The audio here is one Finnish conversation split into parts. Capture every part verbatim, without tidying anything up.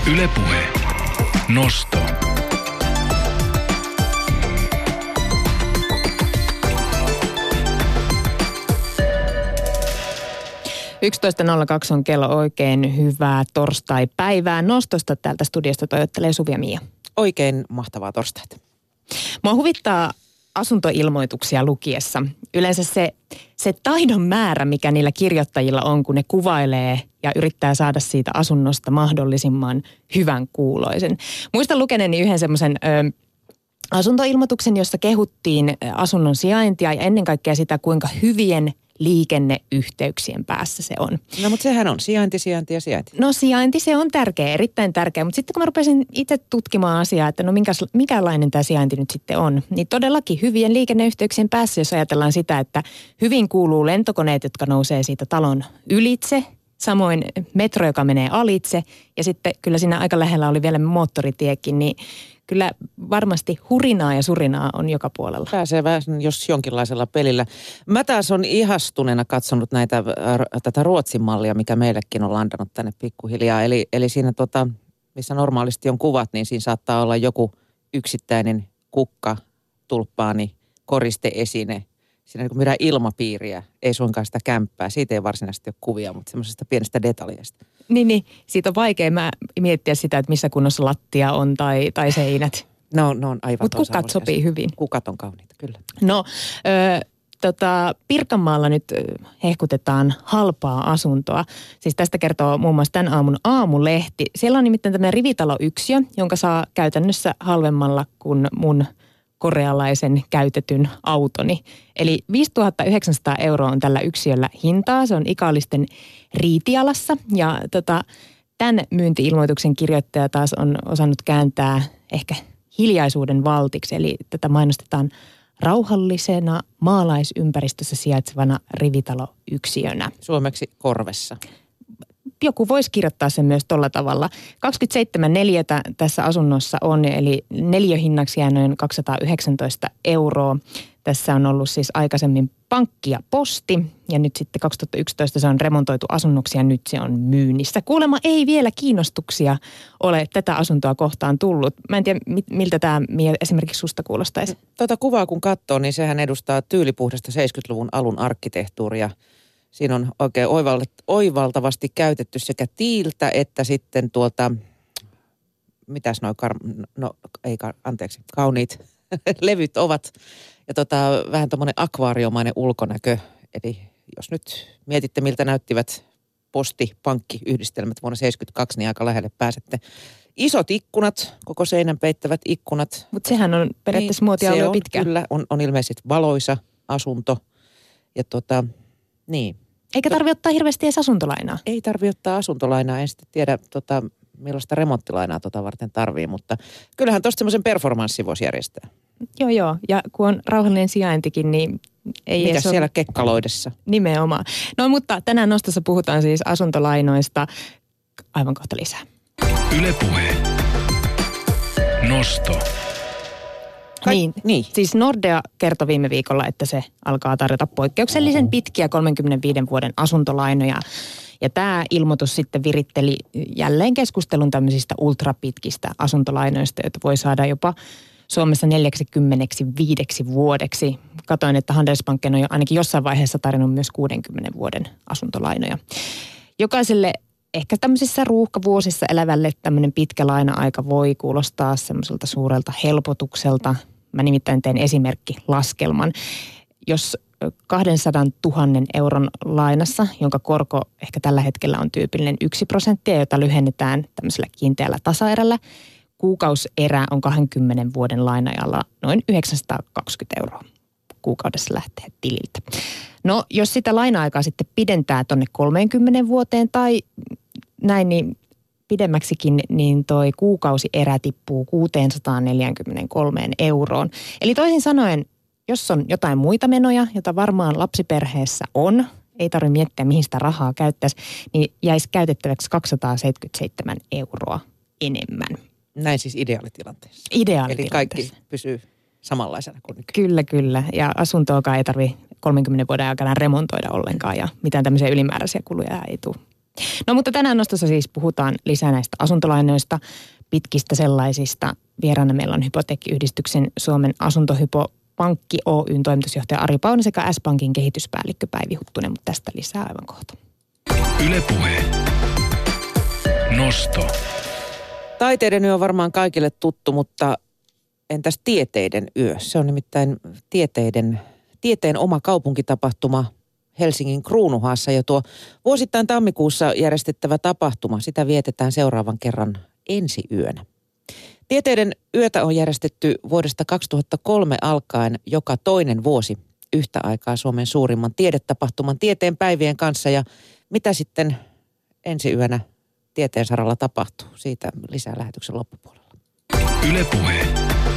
Yle Puhe. Nosto. yksitoista nolla kaksi on kello. Oikein hyvää torstai-päivää. Nostosta täältä studiosta toivottelee Suvi ja Mia. Oikein mahtavaa torstaita. Mua huvittaa asuntoilmoituksia lukiessa. Yleensä se, se taidon määrä, mikä niillä kirjoittajilla on, kun ne kuvailee ja yrittää saada siitä asunnosta mahdollisimman hyvän kuuloisen. Muistan lukeneeni yhden semmoisen ö, asuntoilmoituksen, jossa kehuttiin asunnon sijaintia ja ennen kaikkea sitä, kuinka hyvien liikenneyhteyksien päässä se on. No mutta sehän on sijainti, sijainti ja sijainti. No sijainti, se on tärkeä, erittäin tärkeä, mutta sitten kun mä rupesin itse tutkimaan asiaa, että no minkäs, mikälainen tämä sijainti nyt sitten on, niin todellakin hyvien liikenneyhteyksien päässä, jos ajatellaan sitä, että hyvin kuuluu lentokoneet, jotka nousee siitä talon ylitse, samoin metro, joka menee alitse ja sitten kyllä siinä aika lähellä oli vielä moottoritiekin, niin kyllä varmasti hurinaa ja surinaa on joka puolella. Pääsee vähän jos jonkinlaisella pelillä. Mä taas on ihastuneena katsonut näitä, tätä Ruotsin mallia, mikä meillekin on landannut tänne pikkuhiljaa. Eli, eli siinä tota, missä normaalisti on kuvat, niin siinä saattaa olla joku yksittäinen kukka, tulppaani, koristeesine. Siinä niin kuin mitään ilmapiiriä, ei suinkaan sitä kämppää. Siitä ei varsinaisesti ole kuvia, mutta semmoisesta pienestä detaljeista. Niin, niin. Siitä on vaikea mä miettiä sitä, että missä kunnossa lattia on tai, tai seinät. No, no on aivan. Mutta kukat sopii hyvin. Kukat on kauniita, kyllä. No, ö, tota, Pirkanmaalla nyt hehkutetaan halpaa asuntoa. Siis tästä kertoo muun muassa tämän aamun Aamulehti. Siellä on nimittäin tämmöinen rivitaloyksiö, jonka saa käytännössä halvemmalla kuin mun korealaisen käytetyn autoni. Eli viisituhatta yhdeksänsataa euroa on tällä yksiöllä hintaa. Se on Ikaalisten Riitialassa ja tota, tämän myynti-ilmoituksen kirjoittaja taas on osannut kääntää ehkä hiljaisuuden valtiksi. Eli tätä mainostetaan rauhallisena maalaisympäristössä sijaitsevana rivitaloyksiönä. Suomeksi korvessa. Joku voisi kirjoittaa sen myös tolla tavalla. kaksikymmentäseitsemän neliötä tässä asunnossa on, eli neliöhinnaksi jää noin kaksisataayhdeksäntoista euroa. Tässä on ollut siis aikaisemmin pankki ja posti, ja nyt sitten kaksituhattayksitoista se on remontoitu asunnoksi, ja nyt se on myynnissä. Kuulemma ei vielä kiinnostuksia ole tätä asuntoa kohtaan tullut. Mä en tiedä, miltä tämä esimerkiksi susta kuulostaisi. Tuota kuvaa kun katsoo, niin sehän edustaa tyylipuhdasta seitsemänkymmentäluvun alun arkkitehtuuria. Siinä on oikein oivaltavasti käytetty sekä tiiltä että sitten tuolta, mitäs noi, kar- no ei, kar- anteeksi, kauniit levyt ovat. Ja tota, vähän tommoinen akvaariomainen ulkonäkö. Eli jos nyt mietitte, miltä näyttivät posti-pankki-yhdistelmät vuonna seitsemänkymmentäkaksi, niin aika lähelle pääsette. Isot ikkunat, koko seinän peittävät ikkunat. Mutta sehän on periaatteessa niin, muotia ollut jo pitkään. Kyllä, on, on ilmeisesti valoisa asunto ja tota... Niin. Eikä tarvitse ottaa hirveästi edes asuntolainaa. Ei tarvitse ottaa asuntolainaa. En sitten tiedä, tota, millaista remonttilainaa tota varten tarvii, mutta kyllähän tuosta semmoisen performanssi voisi järjestää. Joo, joo. Ja kun on rauhallinen sijaintikin, niin ei Mikäs edes siellä ole... kekkaloidessa? Nimenomaan. No mutta tänään nostossa puhutaan siis asuntolainoista. Aivan kohta lisää. Yle Puhe. Nosto. Ka- niin. niin, siis Nordea kertoi viime viikolla, että se alkaa tarjota poikkeuksellisen pitkiä kolmenkymmenenviiden vuoden asuntolainoja. Ja tämä ilmoitus sitten viritteli jälleen keskustelun tämmöisistä ultrapitkistä asuntolainoista, joita voi saada jopa Suomessa neljäkymmentäviisi vuodeksi. Katoin, että Handelsbanken on jo ainakin jossain vaiheessa tarjonnut myös kuudenkymmenen vuoden asuntolainoja. Jokaiselle ehkä tämmöisissä ruuhkavuosissa elävälle tämmöinen pitkä laina-aika voi kuulostaa semmoiselta suurelta helpotukselta. Mä nimittäin teen esimerkkilaskelman. Jos kaksisataatuhatta euron lainassa, jonka korko ehkä tällä hetkellä on tyypillinen yksi prosenttia, jota lyhennetään tämmöisellä kiinteällä tasaerällä, kuukausierä on kaksikymmentä vuoden lainajalla noin yhdeksänsataakaksikymmentä euroa kuukaudessa lähtee tililtä. No jos sitä laina-aikaa sitten pidentää tonne kolmeenkymmeneen vuoteen tai näin niin pidemmäksikin, niin toi kuukausierä tippuu kuusisataaneljäkymmentäkolme euroon. Eli toisin sanoen, jos on jotain muita menoja, jota varmaan lapsiperheessä on, ei tarvitse miettiä mihin sitä rahaa käyttäisi, niin jäisi käytettäväksi kaksisataaseitsemänkymmentäseitsemän euroa enemmän. Näin siis ideaalitilanteessa. Ideaalitilanteessa. Eli kaikki pysyy samanlaisena kuin nykyään. Kyllä, kyllä. Ja asuntoakaan ei tarvitse kolmenkymmenen vuoden aikana remontoida ollenkaan ja mitään tämmöisiä ylimääräisiä kuluja ei tule No mutta tänään nostossa siis puhutaan lisää näistä asuntolainoista, pitkistä sellaisista. Vieraana meillä on Hypoteekkiyhdistyksen Suomen asuntohypo Pankki Oyn toimitusjohtaja Ari Pauno sekä S-Pankin kehityspäällikkö Päivi Huttunen, mutta tästä lisää aivan kohta. Yle Puhe. Nosto. Taiteiden yö on varmaan kaikille tuttu, mutta entäs tieteiden yö? Se on nimittäin tieteiden, tieteen oma kaupunkitapahtuma Helsingin Kruunuhaassa. Ja tuo vuosittain tammikuussa järjestettävä tapahtuma, sitä vietetään seuraavan kerran ensi yönä. Tieteiden yötä on järjestetty vuodesta kaksituhattakolme alkaen joka toinen vuosi yhtä aikaa Suomen suurimman tiedetapahtuman Tieteen päivien kanssa. Ja mitä sitten ensi yönä tieteen saralla tapahtuu? Siitä lisää lähetyksen loppupuolella. Yle Puhe.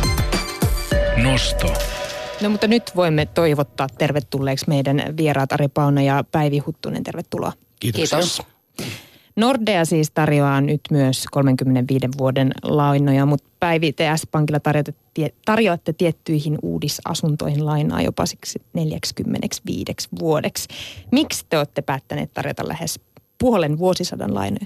Nosto. No mutta nyt voimme toivottaa tervetulleeksi meidän vieraat Ari Pauno ja Päivi Huttunen. Tervetuloa. Kiitos. Kiitos. Nordea siis tarjoaa nyt myös kolmenkymmenenviiden vuoden lainoja, mutta Päivi, te S-Pankilla tarjoatte, tarjoatte tiettyihin uudisasuntoihin lainaa jopa siksi neljäkymmentäviisi vuodeksi. Miksi te olette päättäneet tarjota lähes puolen vuosisadan lainoja?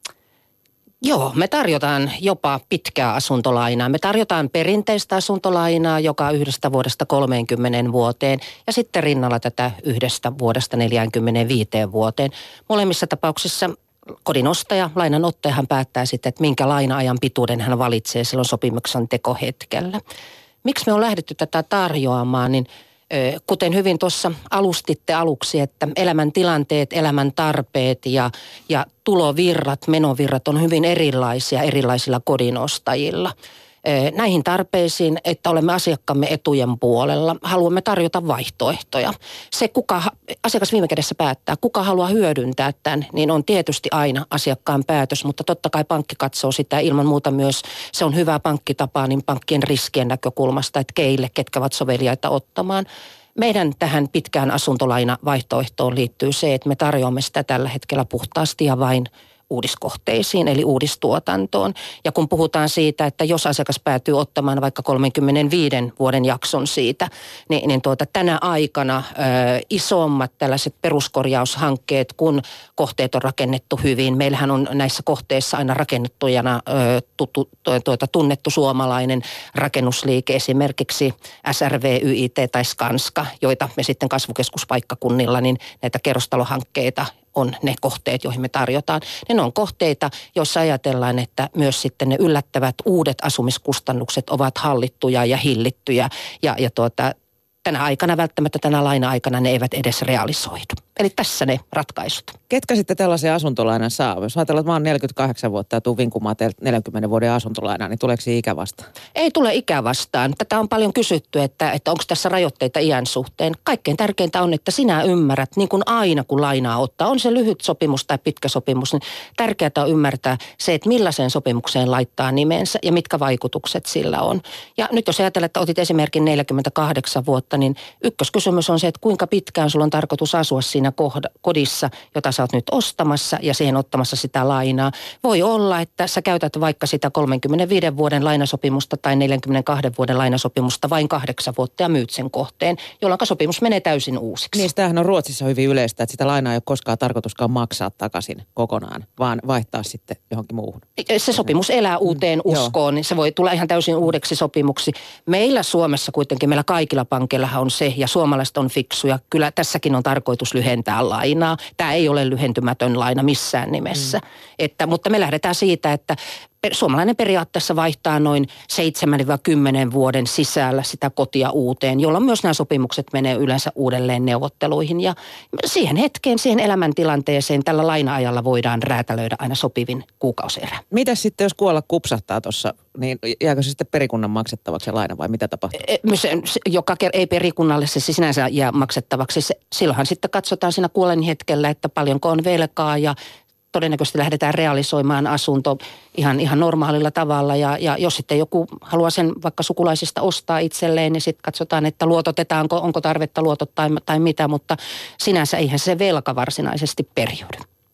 Joo, me tarjotaan jopa pitkää asuntolainaa. Me tarjotaan perinteistä asuntolainaa, joka yhdestä vuodesta kolmeenkymmeneen vuoteen ja sitten rinnalla tätä yhdestä vuodesta neljäänkymmeneenviiteen vuoteen. Molemmissa tapauksissa kodin ostaja, lainanottajahan päättää sitten, että minkä laina-ajan pituuden hän valitsee silloin sopimuksen tekohetkellä. Miksi me on lähdetty tätä tarjoamaan, niin kuten hyvin tuossa alustitte aluksi, että elämäntilanteet, elämäntarpeet ja, ja tulovirrat, menovirrat on hyvin erilaisia erilaisilla kodinostajilla. Näihin tarpeisiin, että olemme asiakkaamme etujen puolella, haluamme tarjota vaihtoehtoja. Se, kuka asiakas viime kädessä päättää, kuka haluaa hyödyntää tämän, niin on tietysti aina asiakkaan päätös, mutta totta kai pankki katsoo sitä ilman muuta myös. Se on hyvä pankkitapa niin pankkien riskien näkökulmasta, että keille, ketkä ovat soveliaita ottamaan. Meidän tähän pitkään asuntolainavaihtoehtoon liittyy se, että me tarjoamme sitä tällä hetkellä puhtaasti ja vain uudiskohteisiin, eli uudistuotantoon. Ja kun puhutaan siitä, että jos asiakas päätyy ottamaan vaikka kolmenkymmenenviiden vuoden jakson siitä, niin, niin tuota, tänä aikana ö, isommat tällaiset peruskorjaushankkeet, kun kohteet on rakennettu hyvin. Meillähän on näissä kohteissa aina rakennettujana ö, tutu, tuota, tunnettu suomalainen rakennusliike, esimerkiksi S R V, Y I T tai Skanska, joita me sitten kasvukeskuspaikkakunnilla, niin näitä kerrostalohankkeita on ne kohteet, joihin me tarjotaan. Ne on kohteita, joissa ajatellaan, että myös sitten ne yllättävät uudet asumiskustannukset ovat hallittuja ja hillittyjä. Ja, ja tuota, tänä aikana, välttämättä tänä laina-aikana ne eivät edes realisoidu. Eli tässä ne ratkaisut. Ketkä sitten tällaisen asuntolainan saa? Jos ajatellaan, että mä oon neljäkymmentäkahdeksan vuotta ja tuun vinkumaan neljänkymmenen vuoden asuntolainaa, niin tuleeko ikä vastaan? Ei tule ikä vastaan. Tätä on paljon kysytty, että, että onko tässä rajoitteita iän suhteen. Kaikkein tärkeintä on, että sinä ymmärrät, niin kuin aina kun lainaa ottaa, on se lyhyt sopimus tai pitkä sopimus, niin tärkeää on ymmärtää se, että millaiseen sopimukseen laittaa nimensä ja mitkä vaikutukset sillä on. Ja nyt jos ajatellaan, että otit esimerkin neljäkymmentäkahdeksan vuotta, niin ykköskysymys on se, että kuinka pitkään sulla on tarkoitus asua siinä kodissa, jota sä oot nyt ostamassa ja siihen ottamassa sitä lainaa. Voi olla, että sä käytät vaikka sitä kolmenkymmenenviiden vuoden lainasopimusta tai neljänkymmenenkahden vuoden lainasopimusta vain kahdeksan vuotta ja myyt sen kohteen, jolloin sopimus menee täysin uusiksi. Niin, tämähän on Ruotsissa hyvin yleistä, että sitä lainaa ei ole koskaan tarkoituskaan maksaa takaisin kokonaan, vaan vaihtaa sitten johonkin muuhun. Se sopimus elää uuteen mm, uskoon, niin se voi tulla ihan täysin uudeksi sopimuksi. Meillä Suomessa kuitenkin, meillä kaikilla pankeillahan on se, ja suomalaiset on fiksuja. Kyllä tässäkin on tarkoitus lyhentää lainaa. Tämä ei ole lyhentymätön laina missään nimessä. Mm. Että, mutta me lähdetään siitä, että suomalainen periaatteessa vaihtaa noin seitsemän kymmenen vuoden sisällä sitä kotia uuteen, jolloin myös nämä sopimukset menee yleensä uudelleen neuvotteluihin. Ja siihen hetkeen, siihen elämäntilanteeseen tällä laina-ajalla voidaan räätälöidä aina sopivin kuukausierä. Mitäs sitten, jos kuolla kupsahtaa tuossa, niin jääkö se sitten perikunnan maksettavaksi se laina vai mitä tapahtuu? Se, se, joka ei perikunnalle se sinänsä jää maksettavaksi. Se, silloinhan sitten katsotaan siinä kuolen hetkellä, että paljonko on velkaa ja todennäköisesti lähdetään realisoimaan asunto ihan, ihan normaalilla tavalla ja, ja jos sitten joku haluaa sen vaikka sukulaisista ostaa itselleen, niin sitten katsotaan, että luototetaanko, onko tarvetta luotottaa tai mitä, mutta sinänsä eihän se velka varsinaisesti periydy.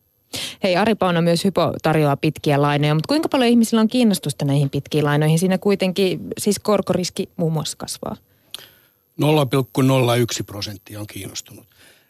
Hei, Ari Pauno, myös Hypo tarjoaa pitkiä lainoja, mutta kuinka paljon ihmisillä on kiinnostusta näihin pitkiin lainoihin? Siinä kuitenkin siis korkoriski muun muassa kasvaa. nolla pilkku nolla yksi prosenttia on kiinnostunut.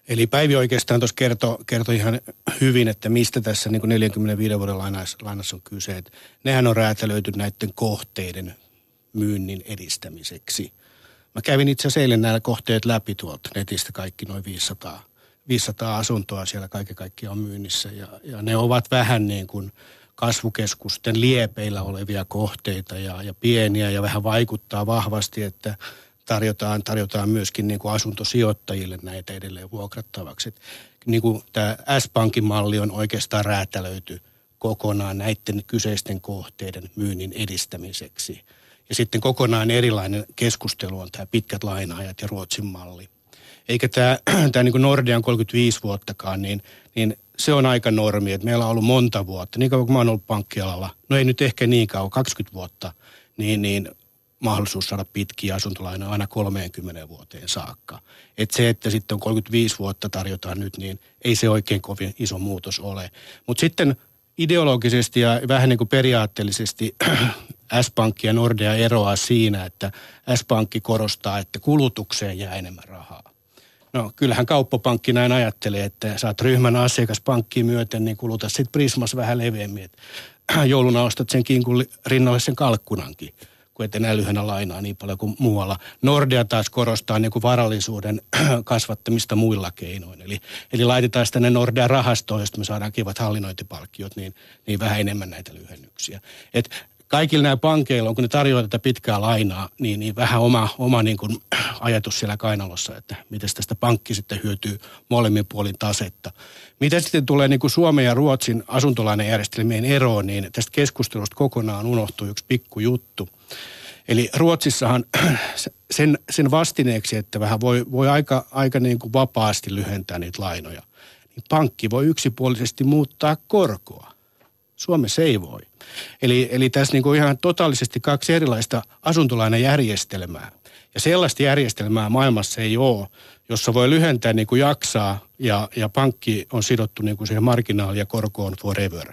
Eli Päivi oikeastaan tuossa kertoi, kertoi ihan hyvin, että mistä tässä niin kuin neljänkymmenenviiden vuoden lainassa, lainassa on kyse. Että nehän on räätälöity näiden kohteiden myynnin edistämiseksi. Mä kävin itse asiassa eilen nämä kohteet läpi tuolta netistä, kaikki noin viisisataa, viisisataa asuntoa siellä kaiken kaikkiaan on myynnissä. Ja, ja ne ovat vähän niin kuin kasvukeskusten liepeillä olevia kohteita ja, ja pieniä ja vähän vaikuttaa vahvasti, että tarjotaan, tarjotaan myöskin niin kuin asuntosijoittajille näitä edelleen vuokrattavaksi. Et niin kuin tämä S-Pankin malli on oikeastaan räätälöity kokonaan näiden kyseisten kohteiden myynnin edistämiseksi. Ja sitten kokonaan erilainen keskustelu on tämä pitkät laina-ajat ja Ruotsin malli. Eikä tämä, tämä niin kuin Nordean kolmekymmentäviisi vuottakaan, niin, niin se on aika normi, että meillä on ollut monta vuotta. Niin kauan kuin mä oon ollut pankkialalla, no ei nyt ehkä niin kauan, kaksikymmentä vuotta, niin, niin mahdollisuus saada pitkiä asuntolainoja aina kolmeenkymmeneen vuoteen saakka. Että se, että sitten on kolmekymmentäviisi vuotta tarjotaan nyt, niin ei se oikein kovin iso muutos ole. Mutta sitten ideologisesti ja vähän niin kuin periaatteellisesti S-Pankki ja Nordea eroaa siinä, että S-Pankki korostaa, että kulutukseen jää enemmän rahaa. No kyllähän kauppapankki näin ajattelee, että sä oot ryhmän asiakas pankkiin myöten, niin kuluta sitten Prismas vähän leveämmin. Että jouluna ostat sen kinkun rinnalle sen kalkkunankin, kun et enää lyhennä lainaa niin paljon kuin muualla. Nordea taas korostaa niin kuin varallisuuden kasvattamista muilla keinoin. Eli, eli laitetaan sitä ne Nordea-rahastoon, josta me saadaan kivat hallinnointipalkkiot, niin, niin vähän enemmän näitä lyhennyksiä. Et kaikilla nämä pankeilla on, kun ne tarjoaa tätä pitkää lainaa, niin, niin vähän oma, oma niin kuin ajatus siellä kainalossa, että miten tästä pankki sitten hyötyy molemmin puolin tasetta. Mitä sitten tulee niin kuin Suomen ja Ruotsin asuntolainajärjestelmien eroon, niin tästä keskustelusta kokonaan unohtuu yksi pikku juttu. Eli Ruotsissahan sen, sen vastineeksi, että vähän voi, voi aika, aika niin kuin vapaasti lyhentää niitä lainoja, niin pankki voi yksipuolisesti muuttaa korkoa. Suomessa ei voi. Eli, eli tässä niin kuin ihan totaalisesti kaksi erilaista asuntolainajärjestelmää. Ja sellaista järjestelmää maailmassa ei ole, jossa voi lyhentää niin kuin jaksaa ja, ja pankki on sidottu niin kuin siihen marginaali- ja korkoon forever.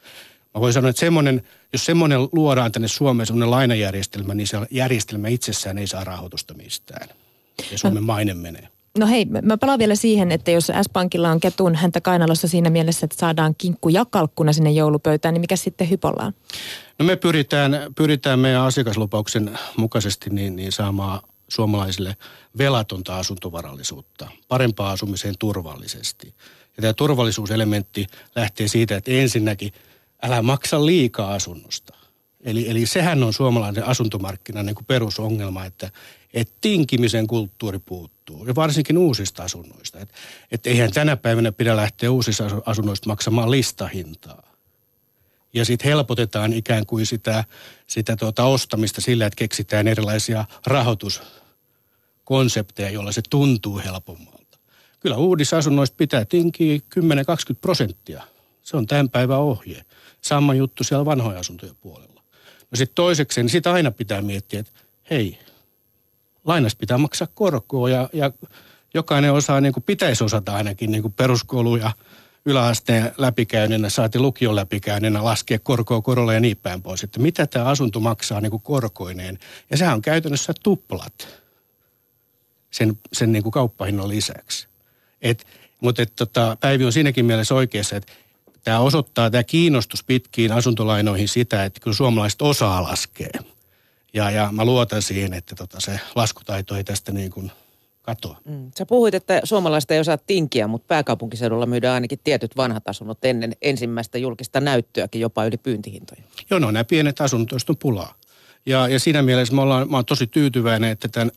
Mä voin sanoa, että semmoinen, jos semmoinen luodaan tänne Suomeen, semmoinen lainajärjestelmä, niin se järjestelmä itsessään ei saa rahoitusta mistään. Ja Suomen maine menee. No hei, mä palaan vielä siihen, että jos S-Pankilla on ketun häntä kainalossa siinä mielessä, että saadaan kinkku ja kalkkuna sinne joulupöytään, niin mikä sitten Hypolla on? No me pyritään, pyritään meidän asiakaslupauksen mukaisesti niin, niin saamaan suomalaisille velatonta asuntovarallisuutta, parempaa asumiseen turvallisesti. Ja tämä turvallisuuselementti lähtee siitä, että ensinnäkin älä maksa liikaa asunnosta. Eli, eli sehän on suomalainen asuntomarkkinan niin kuin perusongelma, että et tinkimisen kulttuuri puuttuu. Ja varsinkin uusista asunnoista. Että et eihän tänä päivänä pidä lähteä uusista asunnoista maksamaan listahintaa. Ja sitten helpotetaan ikään kuin sitä, sitä tuota ostamista sillä, että keksitään erilaisia rahoituskonsepteja, joilla se tuntuu helpommalta. Kyllä uudisasunnoista pitää tinkiä kymmenen kaksikymmentä prosenttia. Se on tämän päivän ohje. Sama juttu siellä vanhoja asuntojen puolella. No sitten toiseksi, niin sitä aina pitää miettiä, että hei, lainassa pitää maksaa korkoa ja, ja jokainen osaa, niin kuin pitäisi osata ainakin niin kuin peruskoulu ja yläasteen läpikäyneenä, saati lukion läpikäyneenä laskea korkoa korolla ja niin päin pois. Että mitä tämä asunto maksaa niin kuin korkoineen. Ja sehän on käytännössä tuplat sen, sen niin kuin kauppahinnan lisäksi. Et, mutta et, tota, Päivi on siinäkin mielessä oikeassa, että tämä osoittaa, tämä kiinnostus pitkiin asuntolainoihin sitä, että kyllä suomalaiset osaa laskea. Ja, ja mä luotan siihen, että tota se laskutaito ei tästä niin kuin katoa. Mm. Sä puhuit, että suomalaiset ei osaa tinkiä, mutta pääkaupunkiseudulla myydään ainakin tietyt vanhat asunnot ennen ensimmäistä julkista näyttöäkin jopa yli pyyntihintoja. Joo, no nämä pienet asunnot, joista on pulaa. Ja, ja siinä mielessä mä, ollaan, mä oon tosi tyytyväinen, että tämän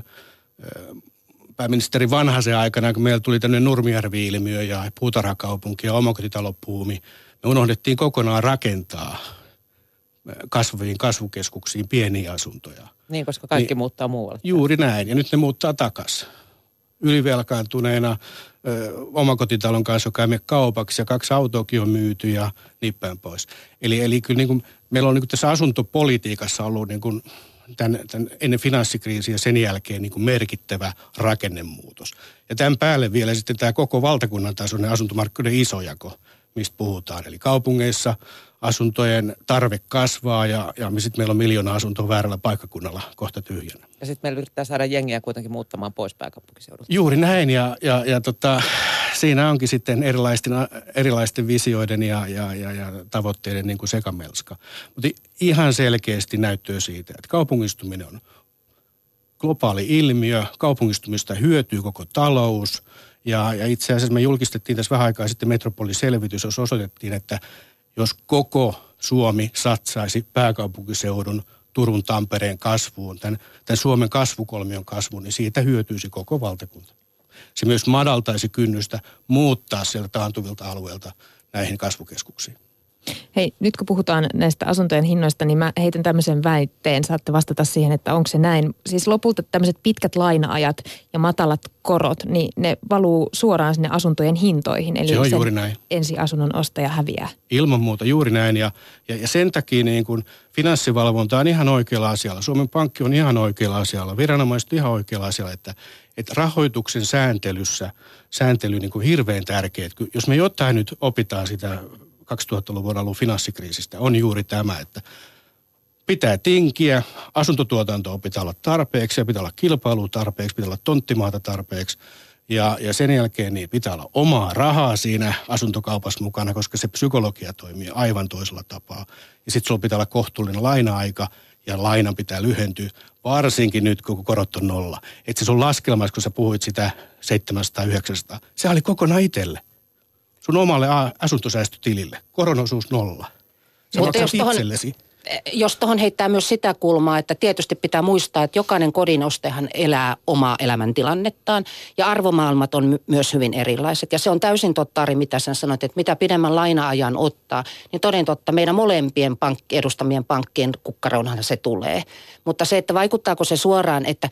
pääministeri Vanhasen aikana, kun meillä tuli tämmöinen Nurmijärvi-ilmiö ja puutarhakaupunki ja omakotitalopuumi, me unohdettiin kokonaan rakentaa kasvaviin kasvukeskuksiin pieniä asuntoja. Niin, koska kaikki niin, muuttaa muualle. Juuri näin, ja nyt ne muuttaa takaisin. Ylivelkaantuneena ö, omakotitalon kanssa, joka ei mene kaupaksi, ja kaksi autoakin on myyty ja niin päin pois. Eli, eli kyllä niin kuin, meillä on niin kuin tässä asuntopolitiikassa ollut niin kuin tämän, tämän ennen finanssikriisiä ja sen jälkeen niin kuin merkittävä rakennemuutos. Ja tämän päälle vielä sitten tämä koko valtakunnan tasoinen asuntomarkkinoiden isojako. mistä puhutaan. Eli kaupungeissa asuntojen tarve kasvaa ja, ja sitten meillä on miljoona asuntoa väärällä paikkakunnalla kohta tyhjänä. Ja sitten meillä yrittää saada jengiä kuitenkin muuttamaan pois pääkaupunkiseudulta. Juuri näin ja, ja, ja tota, siinä onkin sitten erilaisten, erilaisten visioiden ja, ja, ja, ja tavoitteiden niin kuin sekamelska. Mutta ihan selkeästi näyttöä siitä, että kaupungistuminen on globaali ilmiö, kaupungistumista hyötyy koko talous ja, ja itse asiassa me julkistettiin tässä vähän aikaa sitten metropoliselvitys, jossa osoitettiin, että jos koko Suomi satsaisi pääkaupunkiseudun Turun, Tampereen kasvuun, tämän, tämän Suomen kasvukolmion kasvuun, niin siitä hyötyisi koko valtakunta. Se myös madaltaisi kynnystä muuttaa sieltä taantuvilta alueilta näihin kasvukeskuksiin. Hei, nyt kun puhutaan näistä asuntojen hinnoista, niin mä heitän tämmöisen väitteen. Saatte vastata siihen, että onko se näin. Siis lopulta tämmöiset pitkät laina-ajat ja matalat korot, niin ne valuu suoraan sinne asuntojen hintoihin. Eli se on juuri näin. Ensiasunnon ostaja häviää. Ilman muuta juuri näin ja, ja, ja sen takia niin kun finanssivalvonta on ihan oikealla asialla. Suomen Pankki on ihan oikealla asialla. Viranomaiset on ihan oikealla asialla, että, että rahoituksen sääntelyssä sääntely niin kuin hirveän tärkeä. Jos me jotain nyt opitaan sitä kaksituhattaluvun alun finanssikriisistä, on juuri tämä, että pitää tinkiä, asuntotuotantoa pitää olla tarpeeksi ja pitää olla kilpailua tarpeeksi, pitää olla tonttimaata tarpeeksi ja, ja sen jälkeen niin pitää olla omaa rahaa siinä asuntokaupassa mukana, koska se psykologia toimii aivan toisella tapaa. Ja sitten sulla pitää olla kohtuullinen laina-aika ja lainan pitää lyhentyä, varsinkin nyt kun korot on nolla. Että se sun laskelmassa, kun sä puhuit sitä seitsemänsataa yhdeksänsataa, se oli kokonaan itselle. Sun omalle asuntosäästötilille. Koronosuus nolla. Sä maksat itsellesi. Jos tuohon heittää myös sitä kulmaa, että tietysti pitää muistaa, että jokainen kodinostajahan elää omaa elämäntilannettaan ja arvomaailmat on my- myös hyvin erilaiset. Ja se on täysin totta, Ari, mitä sen sanoit, että mitä pidemmän laina-ajan ottaa, niin toden totta meidän molempien pankki, edustamien pankkien kukkaroonhan se tulee. Mutta se, että vaikuttaako se suoraan, että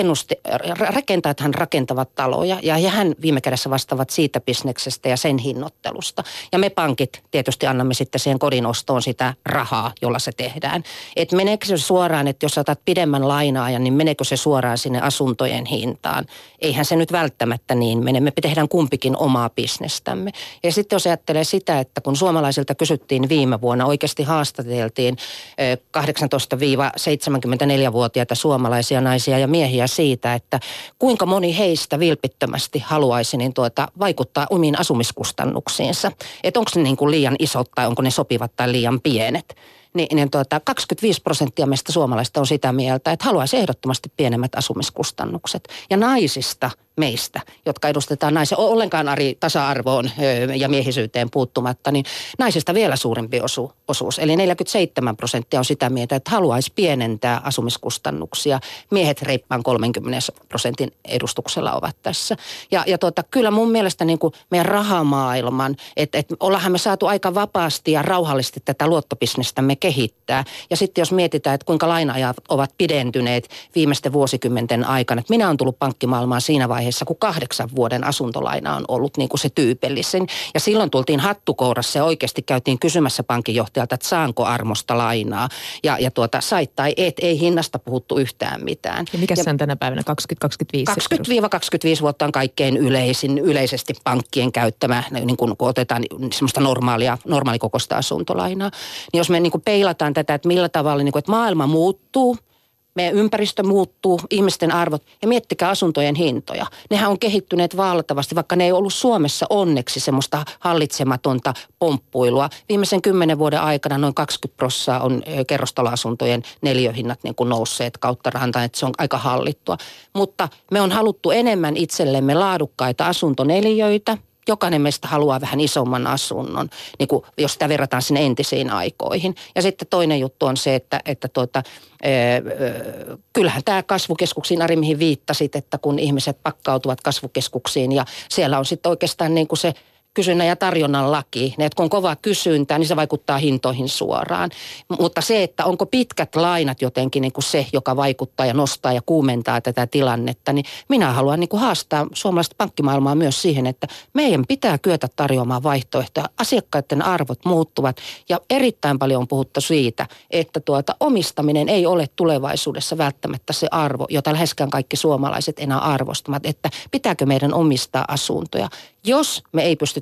rakentajathan rakentavat taloja ja hän viime kädessä vastaavat siitä bisneksestä ja sen hinnoittelusta. Ja me pankit tietysti annamme sitten siihen kodinostoon sitä rahaa, jolla se tehdään. Että meneekö se suoraan, että jos otat pidemmän laina-ajan, niin meneekö se suoraan sinne asuntojen hintaan? Eihän se nyt välttämättä niin mene. Me tehdään kumpikin omaa bisnestämme. Ja sitten jos ajattelee sitä, että kun suomalaisilta kysyttiin viime vuonna, oikeasti haastateltiin kahdeksantoista seitsemänkymmentäneljä-vuotiaita suomalaisia naisia ja miehiä siitä, että kuinka moni heistä vilpittömästi haluaisi niin tuota, vaikuttaa omiin asumiskustannuksiinsa. Että onko ne niin kuin liian isot tai onko ne sopivat tai liian pienet. Niin, niin tuota, kaksikymmentäviisi prosenttia meistä suomalaista on sitä mieltä, että haluaisi ehdottomasti pienemmät asumiskustannukset. Ja naisista meistä, jotka edustetaan naisen, ollenkaan Ari tasa-arvoon ja miehisyyteen puuttumatta, niin naisista vielä suurempi osu, osuus. Eli neljäkymmentäseitsemän prosenttia on sitä mieltä, että haluaisi pienentää asumiskustannuksia. Miehet reippaan kolmenkymmenen prosentin edustuksella ovat tässä. Ja, ja tuota, kyllä mun mielestä niin kuin meidän rahamaailman, että et ollaanhan me saatu aika vapaasti ja rauhallisesti tätä luottobisnestämme kehittää. Ja sitten jos mietitään, että kuinka laina-ajat ovat pidentyneet viimeisten vuosikymmenten aikana, että minä olen tullut pankkimaailmaan siinä vaiheessa, kun kahdeksan vuoden asuntolaina on ollut niin kuin se tyypillisen. Ja silloin tultiin hattukourassa ja oikeasti käytiin kysymässä pankinjohtajalta, että saanko armosta lainaa. Ja, ja tuota, sait tai et, ei hinnasta puhuttu yhtään mitään. Ja mikä se on tänä päivänä? kaksikymmentä kaksikymmentäviisi? kaksikymmentä kaksikymmentäviisi vuotta on kaikkein yleisin, yleisesti pankkien käyttämä, niin kun, kun otetaan semmoista normaalia, normaalikokoista asuntolainaa. Niin jos me niin kuin peilataan tätä, että millä tavalla, niin kuin, että maailma muuttuu, meidän ympäristö muuttuu, ihmisten arvot ja miettikää asuntojen hintoja. Nehän on kehittyneet valtavasti, vaikka ne ei ollut Suomessa onneksi semmoista hallitsematonta pomppuilua. Viimeisen kymmenen vuoden aikana noin kaksikymmentä prosenttia on kerrostaloasuntojen neliöhinnat niin kuin nousseet kautta rantaan, että se on aika hallittua. Mutta me on haluttu enemmän itsellemme laadukkaita asuntoneliöitä. Jokainen meistä haluaa vähän isomman asunnon, niin kuin jos sitä verrataan sinne entisiin aikoihin. Ja sitten toinen juttu on se, että, että tuota, ee, kyllähän tämä kasvukeskuksiin, Ari, mihin viittasit, että kun ihmiset pakkautuvat kasvukeskuksiin ja siellä on sitten oikeastaan niin kuin se kysynnän ja tarjonnan laki. Ne, että kun on kova kysyntää, niin se vaikuttaa hintoihin suoraan. Mutta se, että onko pitkät lainat jotenkin niin kuin se, joka vaikuttaa ja nostaa ja kuumentaa tätä tilannetta, niin minä haluan niin kuin haastaa suomalaista pankkimaailmaa myös siihen, että meidän pitää kyetä tarjoamaan vaihtoehtoja. Asiakkaiden arvot muuttuvat ja erittäin paljon on puhuttu siitä, että tuota, omistaminen ei ole tulevaisuudessa välttämättä se arvo, jota läheskään kaikki suomalaiset enää arvostavat, että pitääkö meidän omistaa asuntoja. Jos me ei pystytä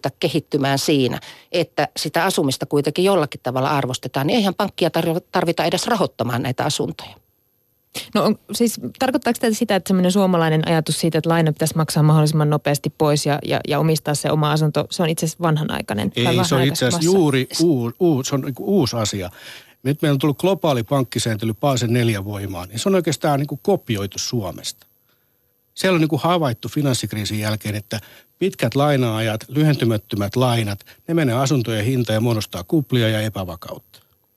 pystytä kehittymään siinä, että sitä asumista kuitenkin jollakin tavalla arvostetaan, niin eihän pankkia tarvita edes rahoittamaan näitä asuntoja. No on, siis tarkoittaako tämä sitä, että semmoinen suomalainen ajatus siitä, että laina pitäisi maksaa mahdollisimman nopeasti pois ja, ja, ja omistaa se oma asunto, se on itse asiassa vanhanaikainen? Ei, se on itse asiassa juuri uu, uu, se on niin kuin uusi asia. Nyt meillä on tullut globaali pankkisääntely Basel neljä voimaan, niin se on oikeastaan niin kuin kopioitu Suomesta. Siellä on niin kuin havaittu finanssikriisin jälkeen, että pitkät laina-ajat, lyhentymättömät lainat, ne menee asuntojen hintaan ja muodostaa kuplia ja epävakautta.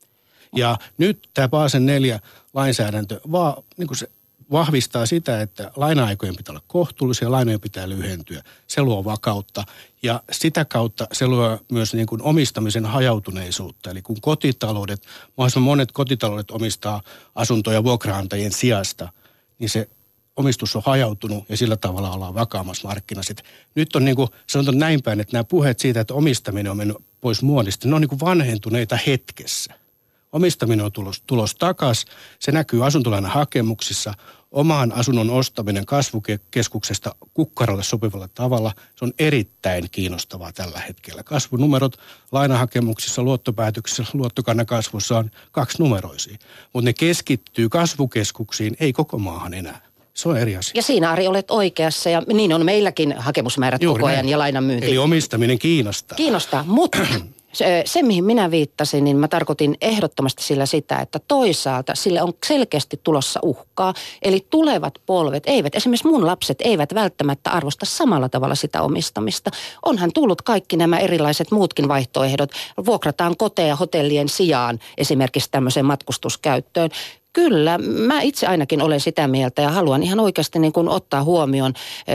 Ja nyt tämä Basel neljä lainsäädäntö va, niin kuin se vahvistaa sitä, että laina-aikojen pitää olla kohtuullisia, lainojen pitää lyhentyä. Se luo vakautta ja sitä kautta se luo myös niin kuin omistamisen hajautuneisuutta. Eli kun kotitaloudet, mahdollisimman monet kotitaloudet omistaa asuntoja vuokraantajien sijasta, niin se omistus on hajautunut ja sillä tavalla ollaan vakaammassa markkinassa. Nyt on niin kuin, sanotaan näin päin, että nämä puheet siitä, että omistaminen on mennyt pois muodista, ne on niin kuin vanhentuneita hetkessä. Omistaminen on tulos, tulos takaisin. Se näkyy asuntolainan hakemuksissa. Omaan asunnon ostaminen kasvukeskuksesta kukkaralle sopivalla tavalla. Se on erittäin kiinnostavaa tällä hetkellä. Kasvunumerot lainahakemuksissa, luottopäätöksissä, luottokannan kasvussa on kaksinumeroisia. Mutta ne keskittyy kasvukeskuksiin, ei koko maahan enää. Se on eri asia. Ja siinä, Ari, olet oikeassa ja niin on meilläkin hakemusmäärät Juuri koko ajan näin. Ja lainan myynti. Eli omistaminen kiinnostaa. Kiinnostaa, mutta se, se, mihin minä viittasin, niin mä tarkoitin ehdottomasti sillä sitä, että toisaalta sille on selkeästi tulossa uhkaa. Eli tulevat polvet eivät, esimerkiksi mun lapset eivät välttämättä arvosta samalla tavalla sitä omistamista. Onhan tullut kaikki nämä erilaiset muutkin vaihtoehdot. Vuokrataan koteja hotellien sijaan esimerkiksi tämmöiseen matkustuskäyttöön. Kyllä, mä itse ainakin olen sitä mieltä ja haluan ihan oikeasti niin kuin ottaa huomioon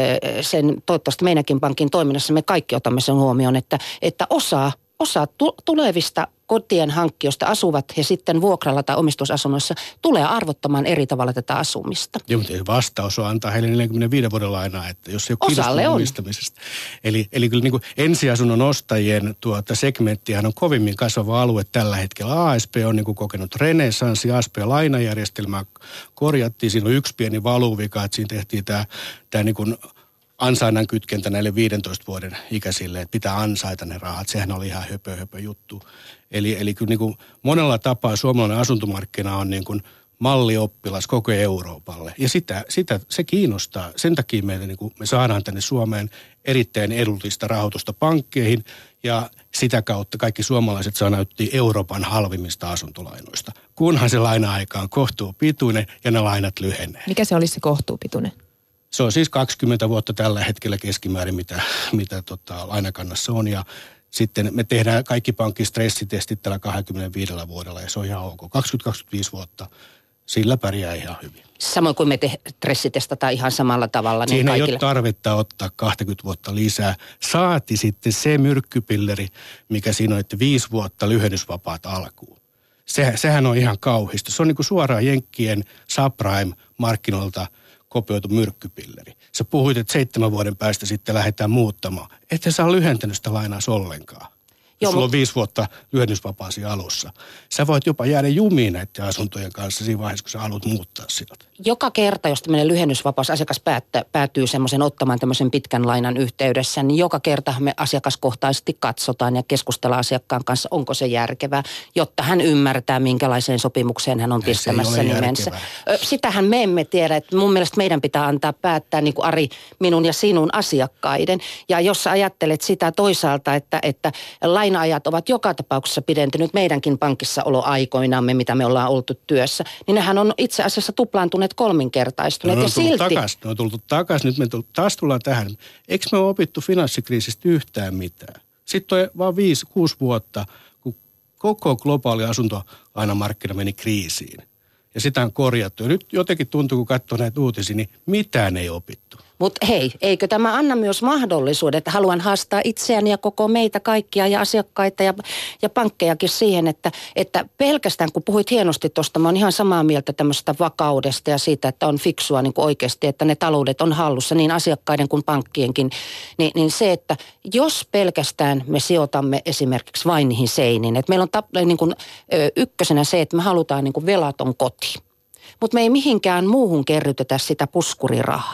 sen, toivottavasti meidänkin pankin toiminnassa me kaikki otamme sen huomioon, että, että osa, osa tulevista kotien hankkijoista asuvat ja sitten vuokralla tai omistusasunnossa tulee arvottamaan eri tavalla tätä asumista. Joo, mutta vastaus on antaa heille neljänkymmenenviiden vuoden lainaa, että jos ei ole kiinnostunut omistamisesta. Eli, eli kyllä niin kuin ensiasunnon ostajien tuota segmenttihän on kovimmin kasvava alue tällä hetkellä. A S P on niin kuin kokenut renessanssi, A S P-lainajärjestelmää korjattiin. Siinä on yksi pieni valuvika, että siinä tehtiin tämä, tämä niin kuin ansainnan kytkentä näille viidentoista vuoden ikäisille, että pitää ansaita ne rahat. Sehän oli ihan höpö, höpö juttu. Eli, eli kyllä niin kuin monella tapaa suomalainen asuntomarkkina on niin kuin mallioppilas koko Euroopalle. Ja sitä, sitä, se kiinnostaa. Sen takia meille, niin kuin me saadaan tänne Suomeen erittäin edullista rahoitusta pankkeihin ja sitä kautta kaikki suomalaiset saa nauttia Euroopan halvimmista asuntolainoista. Kunhan se laina-aika on kohtuupituinen ja ne lainat lyhenee. Mikä se olisi se kohtuupituinen? Se on siis kaksikymmentä vuotta tällä hetkellä keskimäärin, mitä, mitä tota, lainakannassa on. Ja sitten me tehdään kaikki pankkistressitestit tällä kaksikymmentäviisi vuodella ja se on ihan ok. kaksikymmentä kaksikymmentäviisi vuotta, sillä pärjää ihan hyvin. Samoin kuin me te- stressitestataan ihan samalla tavalla. Niin siinä kaikille. Ei ole tarvetta ottaa kaksikymmentä vuotta lisää. Saati sitten se myrkkypilleri, mikä siinä on, että viisi vuotta lyhennysvapaat alkuun. Se, sehän on ihan kauhista. Se on niin kuin suoraan Jenkkien subprime-markkinoilta kopioitu myrkkypilleri. Sä puhuit, että seitsemän vuoden päästä sitten lähdetään muuttamaan. Ette saa lyhentänyt sitä lainaa ollenkaan. Jos sulla on viisi vuotta lyhennysvapaasi alussa. Sä voit jopa jäädä jumiin näiden asuntojen kanssa siinä vaiheessa, kun sä haluat muuttaa sieltä. Joka kerta, jos tämmöinen lyhennysvapaus asiakas päättä, päätyy semmoisen ottamaan tämmöisen pitkän lainan yhteydessä, niin joka kerta me asiakaskohtaisesti katsotaan ja keskustellaan asiakkaan kanssa, onko se järkevää, jotta hän ymmärtää, minkälaiseen sopimukseen hän on pistämässä nimensä. Järkevää. Sitähän me emme tiedä, että mun mielestä meidän pitää antaa päättää, niin kuin Ari, minun ja sinun asiakkaiden. Ja jos sä ajattelet sitä toisaalta, että, että laina-ajat ovat joka tapauksessa pidentynyt meidänkin pankissa oloaikoinamme, mitä me ollaan oltu työssä, niin nehän on itse asiassa tuplaantuneet kolminkertaistuneet. No, ja silti takaisin. Ne on tullut takaisin. Nyt me tullut, taas tullaan tähän. Eikö me ole opittu finanssikriisistä yhtään mitään? Sitten on vaan viisi, kuusi vuotta, kun koko globaali asuntolainamarkkina meni kriisiin. Ja sitä on korjattu. Ja nyt jotenkin tuntuu, kun katsoo näitä uutisia, niin mitään ei opittu. Mutta hei, eikö tämä anna myös mahdollisuuden, että haluan haastaa itseäni ja koko meitä kaikkia ja asiakkaita ja, ja pankkejakin siihen, että, että pelkästään kun puhuit hienosti tuosta, mä oon ihan samaa mieltä tämmöistä vakaudesta ja siitä, että on fiksua niin kuin oikeasti, että ne taloudet on hallussa niin asiakkaiden kuin pankkienkin, niin, niin se, että jos pelkästään me sijoitamme esimerkiksi vain niihin seiniin, että meillä on tap, niin kuin, ö, ykkösenä se, että me halutaan niin kuin velaton koti. Mutta me ei mihinkään muuhun kerrytetä sitä puskurirahaa.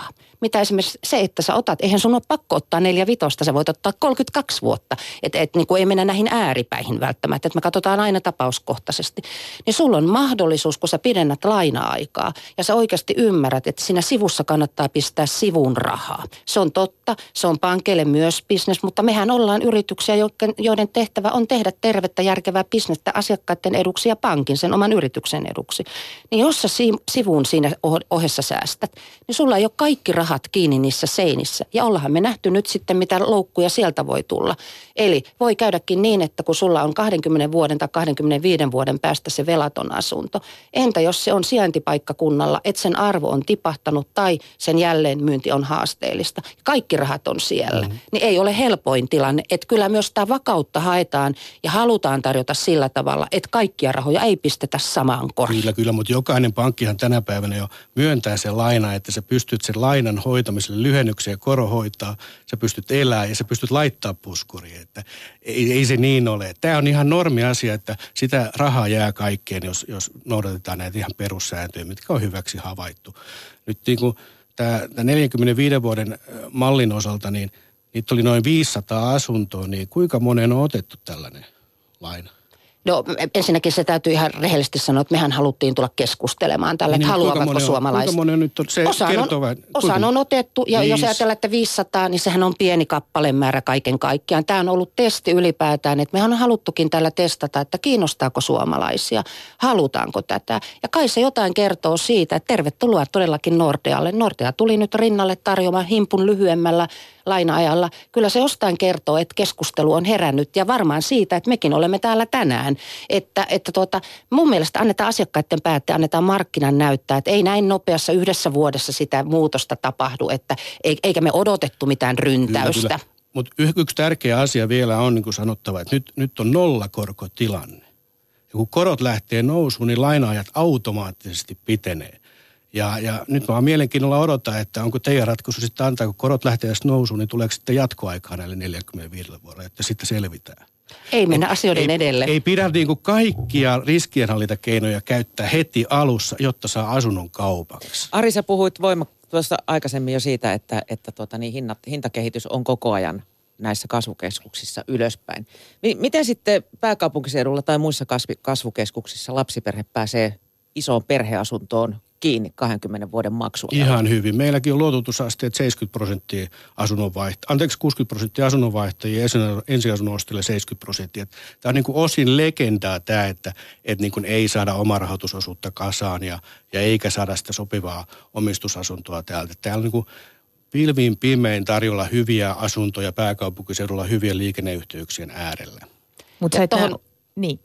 mitä esimerkiksi se, että sä otat, eihän sun ole pakko ottaa neljä vitosta, sä voit ottaa kolmekymmentäkaksi vuotta. Että et, niin kuin ei mennä näihin ääripäihin välttämättä, että me katsotaan aina tapauskohtaisesti. Niin sulla on mahdollisuus, kun sä pidennät laina-aikaa ja sä oikeasti ymmärrät, että siinä sivussa kannattaa pistää sivun rahaa. Se on totta, se on pankeille myös bisnes, mutta mehän ollaan yrityksiä, joiden tehtävä on tehdä tervettä, järkevää bisnestä asiakkaiden eduksi ja pankin sen oman yrityksen eduksi. Niin jos sä sivuun siinä ohessa säästät, niin sulla ei ole kaikki rahat kiinni niissä seinissä. Ja ollahan me nähty nyt sitten, mitä loukkuja sieltä voi tulla. Eli voi käydäkin niin, että kun sulla on kaksikymmentä vuoden tai kaksikymmentäviisi vuoden päästä se velaton asunto, entä jos se on sijaintipaikkakunnalla, että sen arvo on tipahtanut tai sen jälleenmyynti on haasteellista. Kaikki rahat on siellä. Mm-hmm. Niin ei ole helpoin tilanne, että kyllä myös tämä vakautta haetaan ja halutaan tarjota sillä tavalla, että kaikkia rahoja ei pistetä samaan koriin. Kyllä, kyllä, mutta jokainen pankkihan tänä päivänä jo myöntää sen laina, että sä pystyt sen lainan hoitamiselle lyhennyksen ja koro hoitaa, sä pystyt elämään ja sä pystyt laittaa puskuriin, että ei, ei se niin ole. Tämä on ihan normi asia, että sitä rahaa jää kaikkeen, jos, jos noudatetaan näitä ihan perussääntöjä, mitkä on hyväksi havaittu. Nyt niin kuin tämä neljänkymmenenviiden vuoden mallin osalta, niin niitä oli noin viisisataa asuntoa, niin kuinka monen on otettu tällainen laina? No ensinnäkin se täytyy ihan rehellisesti sanoa, että mehän haluttiin tulla keskustelemaan tällä, niin, että haluavatko suomalaiset. Kuinka monen nyt on se osaan on, vai, osaan on otettu ja viisi. Jos ajatellaan, että viisisataa, niin sehän on pieni kappalemäärä kaiken kaikkiaan. Tämä on ollut testi ylipäätään, että mehän on haluttukin tällä testata, että kiinnostaako suomalaisia, halutaanko tätä. Ja kai se jotain kertoo siitä, että tervetuloa todellakin Nordealle. Nordea tuli nyt rinnalle tarjoamaan himpun lyhyemmällä laina-ajalla. Kyllä se jostain kertoo, että keskustelu on herännyt ja varmaan siitä, että mekin olemme täällä tänään. Että, että tuota, mun mielestä annetaan asiakkaiden päättää, annetaan markkinan näyttää, että ei näin nopeassa yhdessä vuodessa sitä muutosta tapahdu, että eikä me odotettu mitään ryntäystä. Mutta yksi tärkeä asia vielä on niin kuin sanottava, että nyt, nyt on nollakorkotilanne. Ja kun korot lähtee nousuun, niin laina-ajat automaattisesti pitenee. Ja, ja nyt mä mielenkiinnolla odotan, että onko teidän ratkaisu sitten antaa, kun korot lähtee nousuun, niin tuleeko sitten jatkoaikaa näille neljäkymmentäviisi vuodelle, että sitten selvitään. Ei mennä asioiden ei, edelle. Ei pidä niin kuin kaikkia riskienhallintakeinoja käyttää heti alussa, jotta saa asunnon kaupaksi. Ari, sä puhuit voima tuossa aikaisemmin jo siitä, että, että tuota, niin hinnat, hintakehitys on koko ajan näissä kasvukeskuksissa ylöspäin. Miten sitten pääkaupunkiseudulla tai muissa kasvukeskuksissa lapsiperhe pääsee isoon perheasuntoon kiinni kahdenkymmenen vuoden maksuajalla? Ihan hyvin. Meilläkin on luototusasteet seitsemänkymmentä prosenttia asunnonvaihtajia, anteeksi kuusikymmentä prosenttia asunnonvaihtajia ja ensiasunnon ostajille seitsemänkymmentä prosenttia. Tämä on niin kuin osin legendaa tämä, että, että niin kuin ei saada omarahoitusosuutta kasaan ja, ja eikä saada sitä sopivaa omistusasuntoa täältä. Täällä on niin kuin pilviin pimein tarjolla hyviä asuntoja pääkaupunkiseudulla hyvien liikenneyhteyksien äärellä. Mutta se, tohon... niin.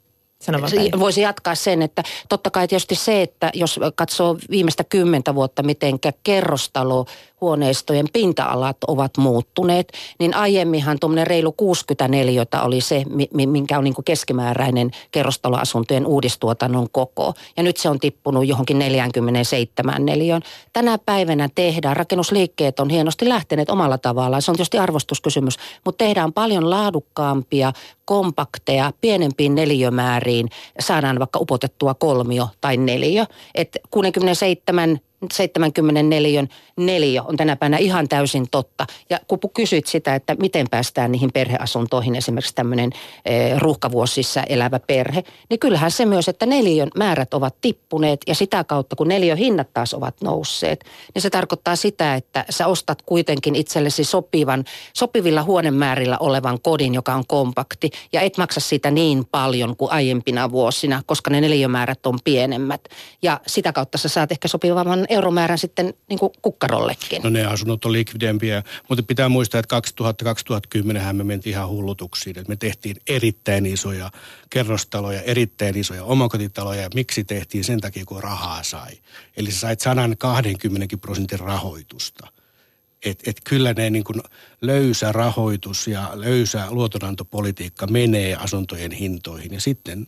Voisi jatkaa sen, että totta kai tietysti se, että jos katsoo viimeistä kymmentä vuotta, mitenkä kerrostalohuoneistojen pinta-alat ovat muuttuneet, niin aiemminhan tuommoinen reilu kuusikymmentäneljä oli se, minkä on niin kuin keskimääräinen kerrostaloasuntojen uudistuotannon koko. Ja nyt se on tippunut johonkin neljäkymmentäseitsemän neliön. Tänä päivänä tehdään, rakennusliikkeet on hienosti lähteneet omalla tavallaan, se on tietysti arvostuskysymys, mutta tehdään paljon laadukkaampia, kompakteja, pienempiin neliömääriin, saadaan vaikka upotettua kolmio tai neliö. Että kuusikymmentäseitsemän seitsemänkymmentäneljä neliö on tänä päivänä ihan täysin totta. Ja kun kysyit sitä, että miten päästään niihin perheasuntoihin, esimerkiksi tämmöinen e, ruuhkavuosissa elävä perhe, niin kyllähän se myös, että neliön määrät ovat tippuneet ja sitä kautta, kun neliöhinnat taas ovat nousseet, niin se tarkoittaa sitä, että sä ostat kuitenkin itsellesi sopivan, sopivilla huonemäärillä olevan kodin, joka on kompakti ja et maksa siitä niin paljon kuin aiempina vuosina, koska ne neliömäärät on pienemmät. Ja sitä kautta sä saat ehkä sopivamman euromäärän sitten niin kuin kukkarollekin. No ne asunnot on likvidempiä, mutta pitää muistaa, että kaksituhatta kaksituhattakymmenen me mentiin ihan hullutuksiin. Että me tehtiin erittäin isoja kerrostaloja, erittäin isoja omakotitaloja. Miksi tehtiin? Sen takia, kun rahaa sai. Eli sä sait sata kaksikymmentä prosentin rahoitusta. Että et kyllä ne niin kuin löysä rahoitus ja löysä luotonantopolitiikka menee asuntojen hintoihin. Ja sitten kun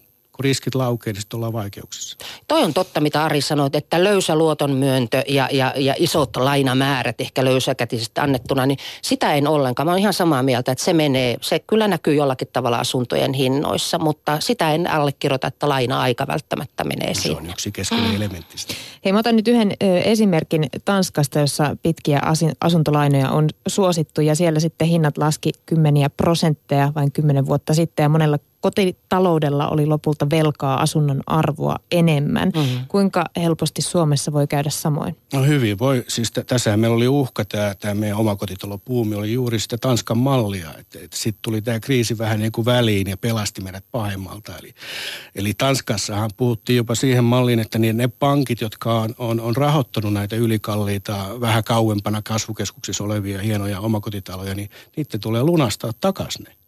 kun riskit laukee, niin sitten ollaan vaikeuksissa. Toi on totta, mitä Ari sanoit, että löysä luotonmyyntö ja, ja, ja isot lainamäärät ehkä löysäkätisesti annettuna, niin sitä en ollenkaan. Mä oon ihan samaa mieltä, että se menee, se kyllä näkyy jollakin tavalla asuntojen hinnoissa, mutta sitä en allekirjoita, että laina-aika välttämättä menee se sinne. On yksi keskeinen elementti. Hei, mä otan nyt yhden ö, esimerkin Tanskasta, jossa pitkiä asin, asuntolainoja on suosittu ja siellä sitten hinnat laski kymmeniä prosentteja vain kymmenen vuotta sitten ja monella kotitaloudella oli lopulta velkaa asunnon arvoa enemmän. Mm-hmm. Kuinka helposti Suomessa voi käydä samoin? No hyvin voi. Siis t- tässä meillä oli uhka, tämä, tämä meidän omakotitalopuumi oli juuri sitä Tanskan mallia. Että, että sitten tuli tämä kriisi vähän niin kuin väliin ja pelasti meidät pahemmalta. Eli, eli Tanskassahan puhuttiin jopa siihen malliin, että niin ne pankit, jotka on, on, on rahoittanut näitä ylikalliita, vähän kauempana kasvukeskuksissa olevia hienoja omakotitaloja, niin niiden tulee lunastaa takaisin ne.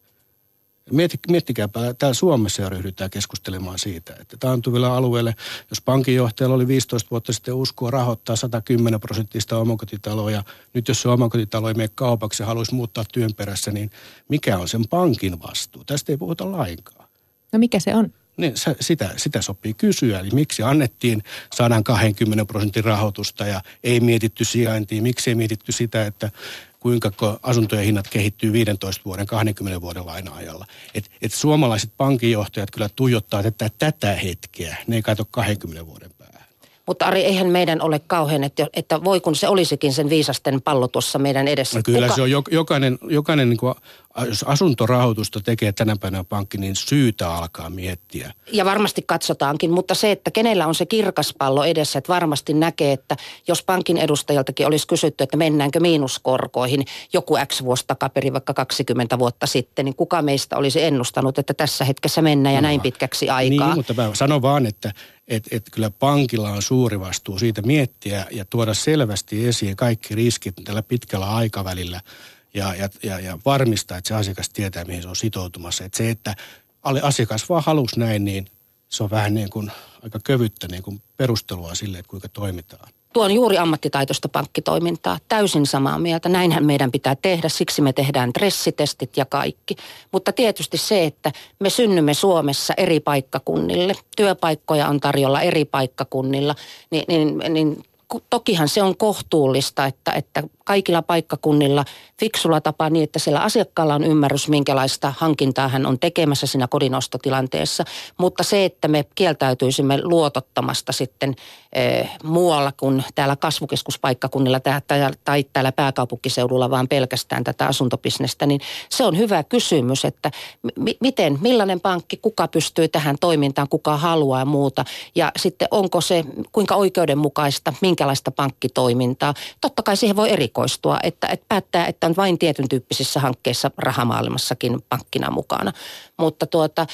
Miettikääpä, täällä Suomessa jo ryhdytään keskustelemaan siitä, että taantuvilla alueille, jos pankinjohtajalla oli viisitoista vuotta sitten uskoa rahoittaa sata kymmenen prosenttista omakotitaloa, ja nyt jos se omakotitalo ei mene kaupaksi ja haluaisi muuttaa työn perässä, niin mikä on sen pankin vastuu? Tästä ei puhuta lainkaan. No mikä se on? Niin, sitä, sitä sopii kysyä, eli miksi annettiin sata kaksikymmentä prosentin rahoitusta ja ei mietitty sijaintia, miksi ei mietitty sitä, että kuinka asuntojen hinnat kehittyy viidentoista vuoden, kahdenkymmenen vuoden laina-ajalla. Että et suomalaiset pankinjohtajat kyllä tuijottaa tätä, tätä hetkeä, ne ei katso kahdenkymmenen vuoden päähän. Mutta Ari, eihän meidän ole kauhean, että, että voi kun se olisikin sen viisasten pallo tuossa meidän edessä. No kyllä Kuka? Se on jokainen, jokainen niin kuin, jos asuntorahoitusta tekee tänä päivänä pankki, niin syytä alkaa miettiä. Ja varmasti katsotaankin, mutta se, että kenellä on se kirkas pallo edessä, että varmasti näkee, että jos pankin edustajaltakin olisi kysytty, että mennäänkö miinuskorkoihin joku X vuosi takaperin, vaikka kaksikymmentä vuotta sitten, niin kuka meistä olisi ennustanut, että tässä hetkessä mennään ja no, näin pitkäksi aikaa. Niin, mutta mä sanon vaan, että et, et kyllä pankilla on suuri vastuu siitä miettiä ja tuoda selvästi esiin kaikki riskit tällä pitkällä aikavälillä. Ja, ja, ja, ja varmistaa, että se asiakas tietää, mihin se on sitoutumassa. Että se, että asiakas vaan halusi näin, niin se on vähän niin kuin aika kövyttä niin kuin perustelua sille, että kuinka toimitaan. Tuo on juuri ammattitaitoista pankkitoimintaa. Täysin samaa mieltä. Näinhän meidän pitää tehdä. Siksi me tehdään stressitestit ja kaikki. Mutta tietysti se, että me synnymme Suomessa eri paikkakunnille. Työpaikkoja on tarjolla eri paikkakunnilla. Niin, niin, niin tokihan se on kohtuullista, että, että kaikilla paikkakunnilla fiksulla tapaa niin, että siellä asiakkaalla on ymmärrys, minkälaista hankintaa hän on tekemässä siinä kodinostotilanteessa. Mutta se, että me kieltäytyisimme luotottamasta sitten eh, muualla kuin täällä kasvukeskuspaikkakunnilla tai, tai täällä pääkaupunkiseudulla vaan pelkästään tätä asuntobisnestä, niin se on hyvä kysymys, että m- miten, millainen pankki, kuka pystyy tähän toimintaan, kuka haluaa ja muuta. Ja sitten onko se, kuinka oikeudenmukaista, minkälaista pankkitoimintaa. Totta kai siihen voi eri erikoistua, että, että päättää, että on vain tietyn tyyppisissä hankkeissa rahamaailmassakin pankkina mukana. Mutta tuota,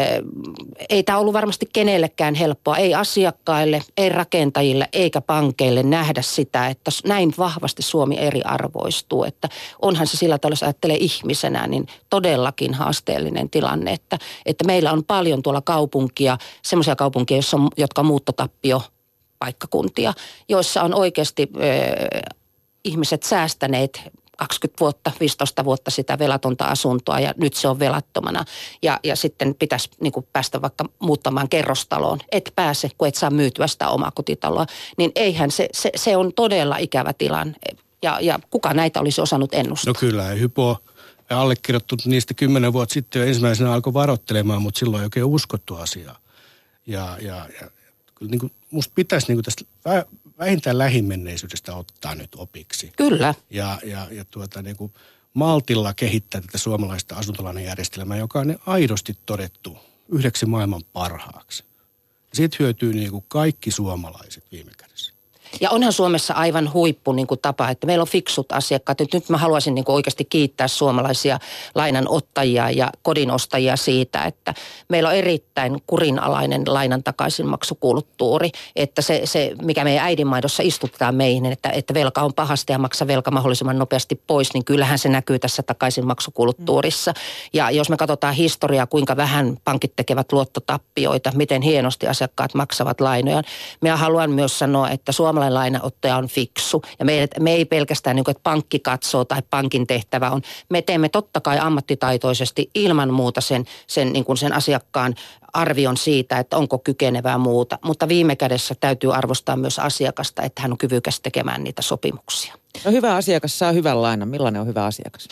ei tämä ollut varmasti kenellekään helppoa, ei asiakkaille, ei rakentajille eikä pankeille nähdä sitä, että näin vahvasti Suomi eriarvoistuu. Että onhan se sillä tavalla, jos ajattelee ihmisenä, niin todellakin haasteellinen tilanne, että, että meillä on paljon tuolla kaupunkia, semmoisia kaupunkia, joissa on, jotka on muuttotappio paikkakuntia, joissa on oikeasti äh, ihmiset säästäneet kaksikymmentä vuotta, viisitoista vuotta sitä velatonta asuntoa ja nyt se on velattomana. Ja, ja sitten pitäisi niin kuin päästä vaikka muuttamaan kerrostaloon. Et pääse, kun et saa myytyä sitä omakotitaloa. Niin eihän se, se, se on todella ikävä tilanne. Ja, ja kuka näitä olisi osannut ennustaa? No kyllä, Hypo allekirjoittunut niistä kymmenen vuotta sitten jo ensimmäisenä alkoi varoittelemaan, mutta silloin ei oikein uskottu asiaa. Ja, ja, ja kyllä niin kuin musta pitäisi niin kuin tästä vähintään lähimenneisyydestä ottaa nyt opiksi. Kyllä. Ja, ja, ja tuota, niin kuin maltilla kehittää tätä suomalaista asuntolainajärjestelmää, joka on aidosti todettu yhdeksi maailman parhaaksi. Siitä hyötyy niin kuin kaikki suomalaiset viime kädessä. Ja onhan Suomessa aivan huippu niin kuin tapa, että meillä on fiksut asiakkaat. Et nyt mä haluaisin niin kuin oikeasti kiittää suomalaisia lainanottajia ja kodinostajia siitä, että meillä on erittäin kurinalainen lainan takaisinmaksukulttuuri. Että se, se mikä meidän äidinmaidossa istutetaan meihin, että, että velka on pahasta ja maksa velka mahdollisimman nopeasti pois, niin kyllähän se näkyy tässä takaisinmaksukulttuurissa. Mm. Ja jos me katsotaan historiaa, kuinka vähän pankit tekevät luottotappioita, miten hienosti asiakkaat maksavat lainojaan. Minä haluan myös sanoa, että suomalaiset suomalainen lainaottaja on fiksu. Ja me, me ei pelkästään, niin kuin, että pankki katsoo tai pankin tehtävä on. Me teemme totta kai ammattitaitoisesti ilman muuta sen, sen, niin kuin sen asiakkaan arvion siitä, että onko kykenevää muuta. Mutta viime kädessä täytyy arvostaa myös asiakasta, että hän on kyvykäs tekemään niitä sopimuksia. No hyvä asiakas saa hyvän lainan. Millainen on hyvä asiakas?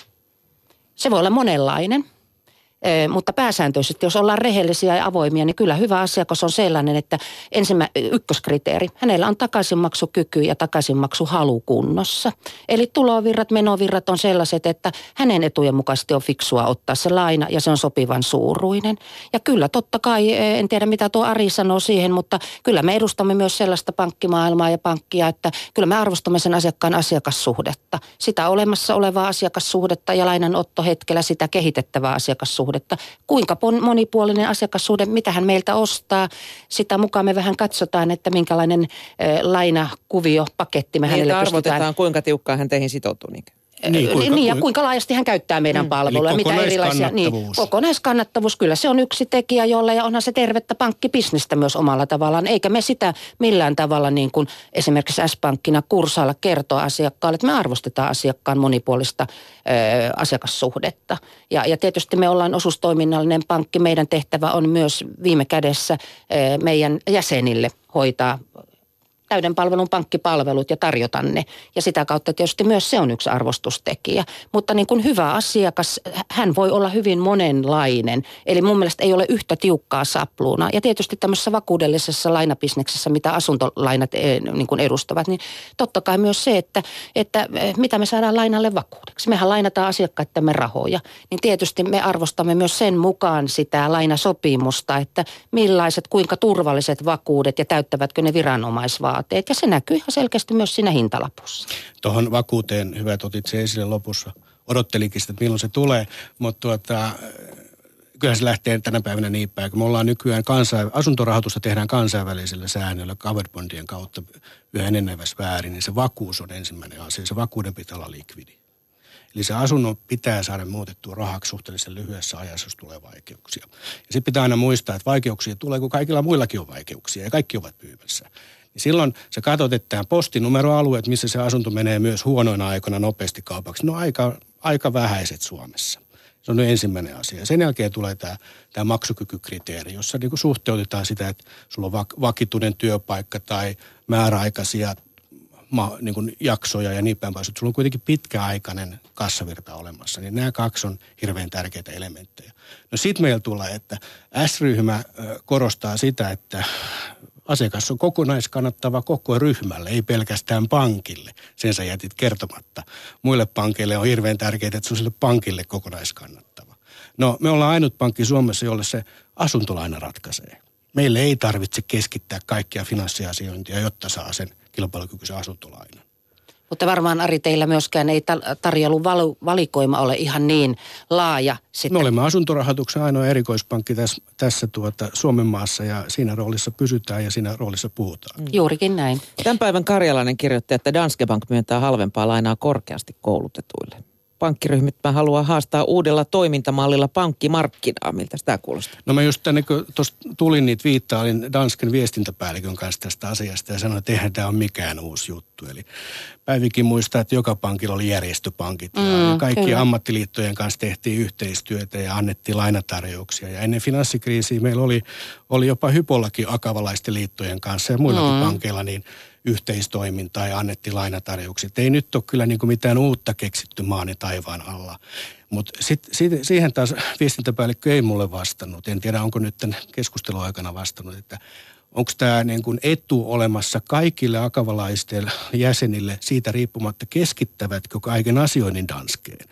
Se voi olla monenlainen. Eh, mutta pääsääntöisesti, jos ollaan rehellisiä ja avoimia, niin kyllä hyvä asiakas on sellainen, että ensimmäinen ykköskriteeri, hänellä on takaisinmaksukyky ja takaisinmaksuhalu kunnossa. Eli tulovirrat, menovirrat on sellaiset, että hänen etujen mukaisesti on fiksua ottaa se laina ja se on sopivan suuruinen. Ja kyllä totta kai, en tiedä mitä tuo Ari sanoo siihen, mutta kyllä me edustamme myös sellaista pankkimaailmaa ja pankkia, että kyllä me arvostamme sen asiakkaan asiakassuhdetta. Sitä olemassa olevaa asiakassuhdetta ja lainanottohetkellä sitä kehitettävää asiakassuhdetta. Kuinka monipuolinen asiakassuhde, mitä hän meiltä ostaa, sitä mukaan me vähän katsotaan, että minkälainen äh, lainakuvio, paketti me niin, hänelle pystytään. Arvotetaan, kuinka tiukkaan hän teihin sitoutuu. Niin, niin, kuinka, niin ja kuinka laajasti hän käyttää meidän mm. palveluja. Mitä erilaisia, niin, kokonaiskannattavuus, kyllä se on yksi tekijä, jolla ja onhan se tervettä pankkibisnestä myös omalla tavallaan. Eikä me sitä millään tavalla niin kuin esimerkiksi S-pankkina kursailla kertoa asiakkaalle, että me arvostetaan asiakkaan monipuolista ö, asiakassuhdetta. Ja, ja tietysti me ollaan osuustoiminnallinen pankki. Meidän tehtävä on myös viime kädessä ö, meidän jäsenille hoitaa täyden palvelun pankkipalvelut ja tarjota ne. Ja sitä kautta tietysti myös se on yksi arvostustekijä. Mutta niin kuin hyvä asiakas, hän voi olla hyvin monenlainen. Eli mun mielestä ei ole yhtä tiukkaa sapluunaa. Ja tietysti tämmöisessä vakuudellisessa lainabisneksessä, mitä asuntolainat niin kuin edustavat, niin totta kai myös se, että, että mitä me saadaan lainalle vakuudeksi. Mehän lainataan asiakkaittemme rahoja. Niin tietysti me arvostamme myös sen mukaan sitä lainasopimusta, että millaiset, kuinka turvalliset vakuudet ja täyttävätkö ne viranomaisvaateet. Ja se näkyy ihan selkeästi myös siinä hintalapussa. Tuohon vakuuteen, hyvä, että otit se esille lopussa. Odottelikin sitä, että milloin se tulee, mutta tuota, kyllähän se lähtee tänä päivänä niin päin. Kun me ollaan nykyään, kansain, asuntorahoitusta tehdään kansainvälisellä säännöllä covered bondien kautta yhä enenevässä väärin, niin se vakuus on ensimmäinen asia. Se vakuuden pitää olla likvidi. Eli se asunnon pitää saada muutettua rahaksi suhteellisen lyhyessä ajassa, jos tulee vaikeuksia. Ja sitten pitää aina muistaa, että vaikeuksia tulee, kun kaikilla muillakin on vaikeuksia ja kaikki ovat myymässä. Ja silloin sä katsot, että tämä postinumeroalueet, missä se asunto menee myös huonoina aikoina nopeasti kaupaksi, no aika, aika vähäiset Suomessa. Se on ensimmäinen asia. Sen jälkeen tulee tämä, tämä maksukykykriteeri, jossa niin kuin suhteutetaan sitä, että sulla on vakituinen työpaikka tai määräaikaisia ma, niin kuin jaksoja ja niin päin pois. Sulla on kuitenkin pitkäaikainen kassavirta olemassa, niin nämä kaksi on hirveän tärkeitä elementtejä. No sit meillä tulee, että S-ryhmä korostaa sitä, että asiakas on kokonaiskannattava koko ryhmälle, ei pelkästään pankille. Sen sä jätit kertomatta. Muille pankeille on hirveän tärkeää, että se on sille pankille kokonaiskannattava. No, me ollaan ainut pankki Suomessa, jolle se asuntolaina ratkaisee. Meille ei tarvitse keskittää kaikkia finanssiasiointia, jotta saa sen kilpailukykyisen asuntolainan. Mutta varmaan, Ari, teillä myöskään ei tarjoulun valikoima ole ihan niin laaja. Sitten. Me olemme asuntorahoituksen ainoa erikoispankki tässä, tässä tuota Suomen maassa ja siinä roolissa pysytään ja siinä roolissa puhutaan. Mm. Juurikin näin. Tämän päivän Karjalainen kirjoitti, että Danske Bank myöntää halvempaa lainaa korkeasti koulutetuille. Pankkiryhmittymä haluaa haastaa uudella toimintamallilla pankkimarkkinaa. Miltä sitä kuulostaa? No mä just tänne, kun tuossa tulin niitä viittailin Dansken viestintäpäällikön kanssa tästä asiasta ja sanoin, että eihän tämä ole mikään uusi juttu. Eli Päivikin muistaa, että joka pankilla oli järjestöpankit ja mm, kaikki kyllä. Ammattiliittojen kanssa tehtiin yhteistyötä ja annettiin lainatarjouksia. Ja ennen finanssikriisiä meillä oli, oli jopa Hypollakin akavalaisten liittojen kanssa ja muillakin mm. pankeilla niin yhteistoimintaa ja annettiin lainatarjouksia. Ei nyt ole kyllä niin kuin mitään uutta keksitty maan ja taivaan alla. Mutta siihen taas viestintäpäällikkö ei mulle vastannut. En tiedä, onko nyt tämän keskustelun aikana vastannut, että onko tämä niin kuin etu olemassa kaikille akavalaisten jäsenille siitä riippumatta keskittävätkö kaiken asioinnin Danskeen.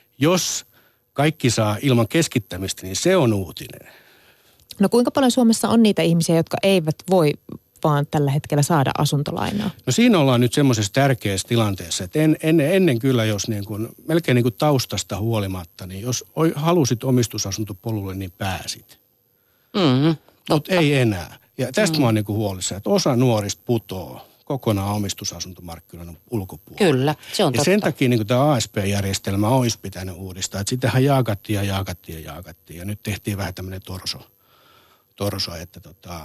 Jos kaikki saa ilman keskittämistä, niin se on uutinen. No kuinka paljon Suomessa on niitä ihmisiä, jotka eivät voi vaan tällä hetkellä saada asuntolainaa? No siinä ollaan nyt semmoisessa tärkeässä tilanteessa, että en, ennen, ennen kyllä, jos niin kuin, melkein niin kuin taustasta huolimatta, niin jos halusit omistusasuntopolulle, niin pääsit. Mm-hmm. Mutta ei enää. Ja tästä mm-hmm. mä oon niin kuin huolissaan, että osa nuorista putoo kokonaan omistusasuntomarkkinoiden ulkopuolella. Kyllä, se on ja totta. sen takia niin kuin tämä A S P-järjestelmä olisi pitänyt uudistaa, että sitähän jaakattiin ja jaakattiin ja jaakattiin. Ja nyt tehtiin vähän tämmöinen torso. torsoa, että tota,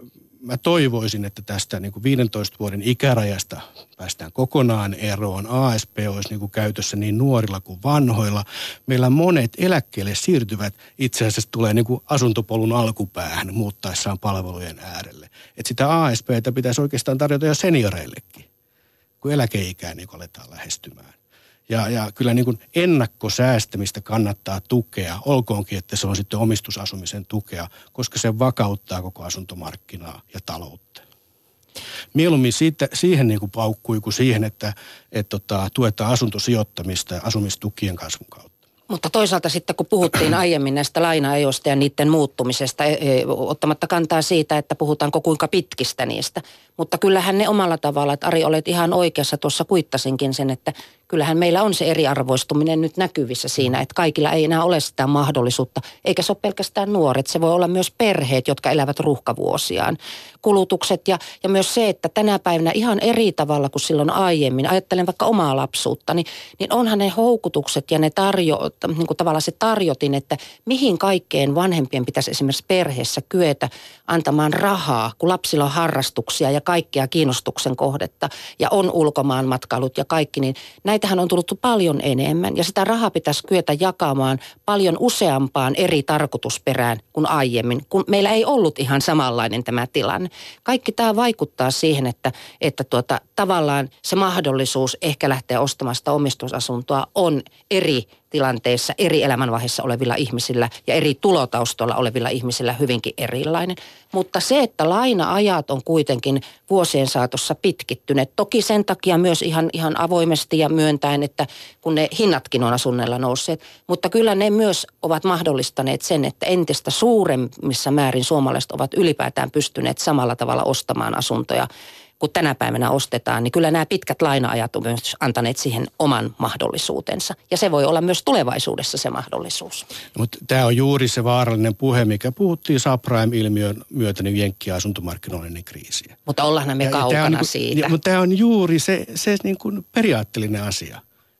mä toivoisin, että tästä niin kuin viidentoista vuoden ikärajasta päästään kokonaan eroon. A S P olisi niin kuin käytössä niin nuorilla kuin vanhoilla. Meillä monet eläkkeelle siirtyvät itse asiassa tulee niin kuin asuntopolun alkupäähän muuttaessaan palvelujen äärelle. Että sitä A S P:tä pitäisi oikeastaan tarjota jo senioreillekin, kun eläkeikää niin kuin aletaan lähestymään. Ja, ja kyllä niin kuin ennakkosäästämistä kannattaa tukea, olkoonkin, että se on sitten omistusasumisen tukea, koska se vakauttaa koko asuntomarkkinaa ja taloutta. Mieluummin siitä, siihen niin kuin paukkui kuin siihen, että et tota, tuetaan asuntosijoittamista ja asumistukien kasvun kautta. Mutta toisaalta sitten, kun puhuttiin aiemmin näistä laina-ajoista ja niiden muuttumisesta, ottamatta kantaa siitä, että puhutaanko kuinka pitkistä niistä. Mutta kyllähän ne omalla tavalla, että Ari, olet ihan oikeassa, tuossa kuittasinkin sen, että kyllähän meillä on se eriarvoistuminen nyt näkyvissä siinä, että kaikilla ei enää ole sitä mahdollisuutta, eikä se ole pelkästään nuoret, se voi olla myös perheet, jotka elävät ruuhkavuosiaan. Kulutukset ja, ja myös se, että tänä päivänä ihan eri tavalla kuin silloin aiemmin, ajattelen vaikka omaa lapsuutta, niin, niin onhan ne houkutukset ja ne tarjo, niin kuin tavallaan se tarjotin, että mihin kaikkeen vanhempien pitäisi esimerkiksi perheessä kyetä antamaan rahaa, kun lapsilla on harrastuksia ja kaikkea kiinnostuksen kohdetta ja on ulkomaan matkailut ja kaikki, niin näitähän on tullut paljon enemmän ja sitä rahaa pitäisi kyetä jakamaan paljon useampaan eri tarkoitusperään kuin aiemmin, kun meillä ei ollut ihan samanlainen tämä tilanne. Kaikki tämä vaikuttaa siihen, että, että tuota, tavallaan se mahdollisuus ehkä lähteä ostamaan sitä omistusasuntoa on eri tilanteissa, eri elämänvaiheissa olevilla ihmisillä ja eri tulotaustoilla olevilla ihmisillä hyvinkin erilainen. Mutta se, että laina-ajat on kuitenkin vuosien saatossa pitkittyneet, toki sen takia myös ihan, ihan avoimesti ja myöntäen, että kun ne hinnatkin on asunneilla nousseet, mutta kyllä ne myös ovat mahdollistaneet sen, että entistä suuremmissa määrin suomalaiset ovat ylipäätään pystyneet samalla tavalla ostamaan asuntoja kun tänä päivänä ostetaan, niin kyllä nämä pitkät laina-ajat on myös antaneet siihen oman mahdollisuutensa. Ja se voi olla myös tulevaisuudessa se mahdollisuus. No, mutta tämä on juuri se vaarallinen puhe, mikä puhuttiin subprime-ilmiön myötä niin jenkkien asuntomarkkinoiden kriisiä. Mutta ollaanhan me ja kaukana niin kuin, siitä. Ja, mutta tämä on juuri se, se niin kuin periaatteellinen asia.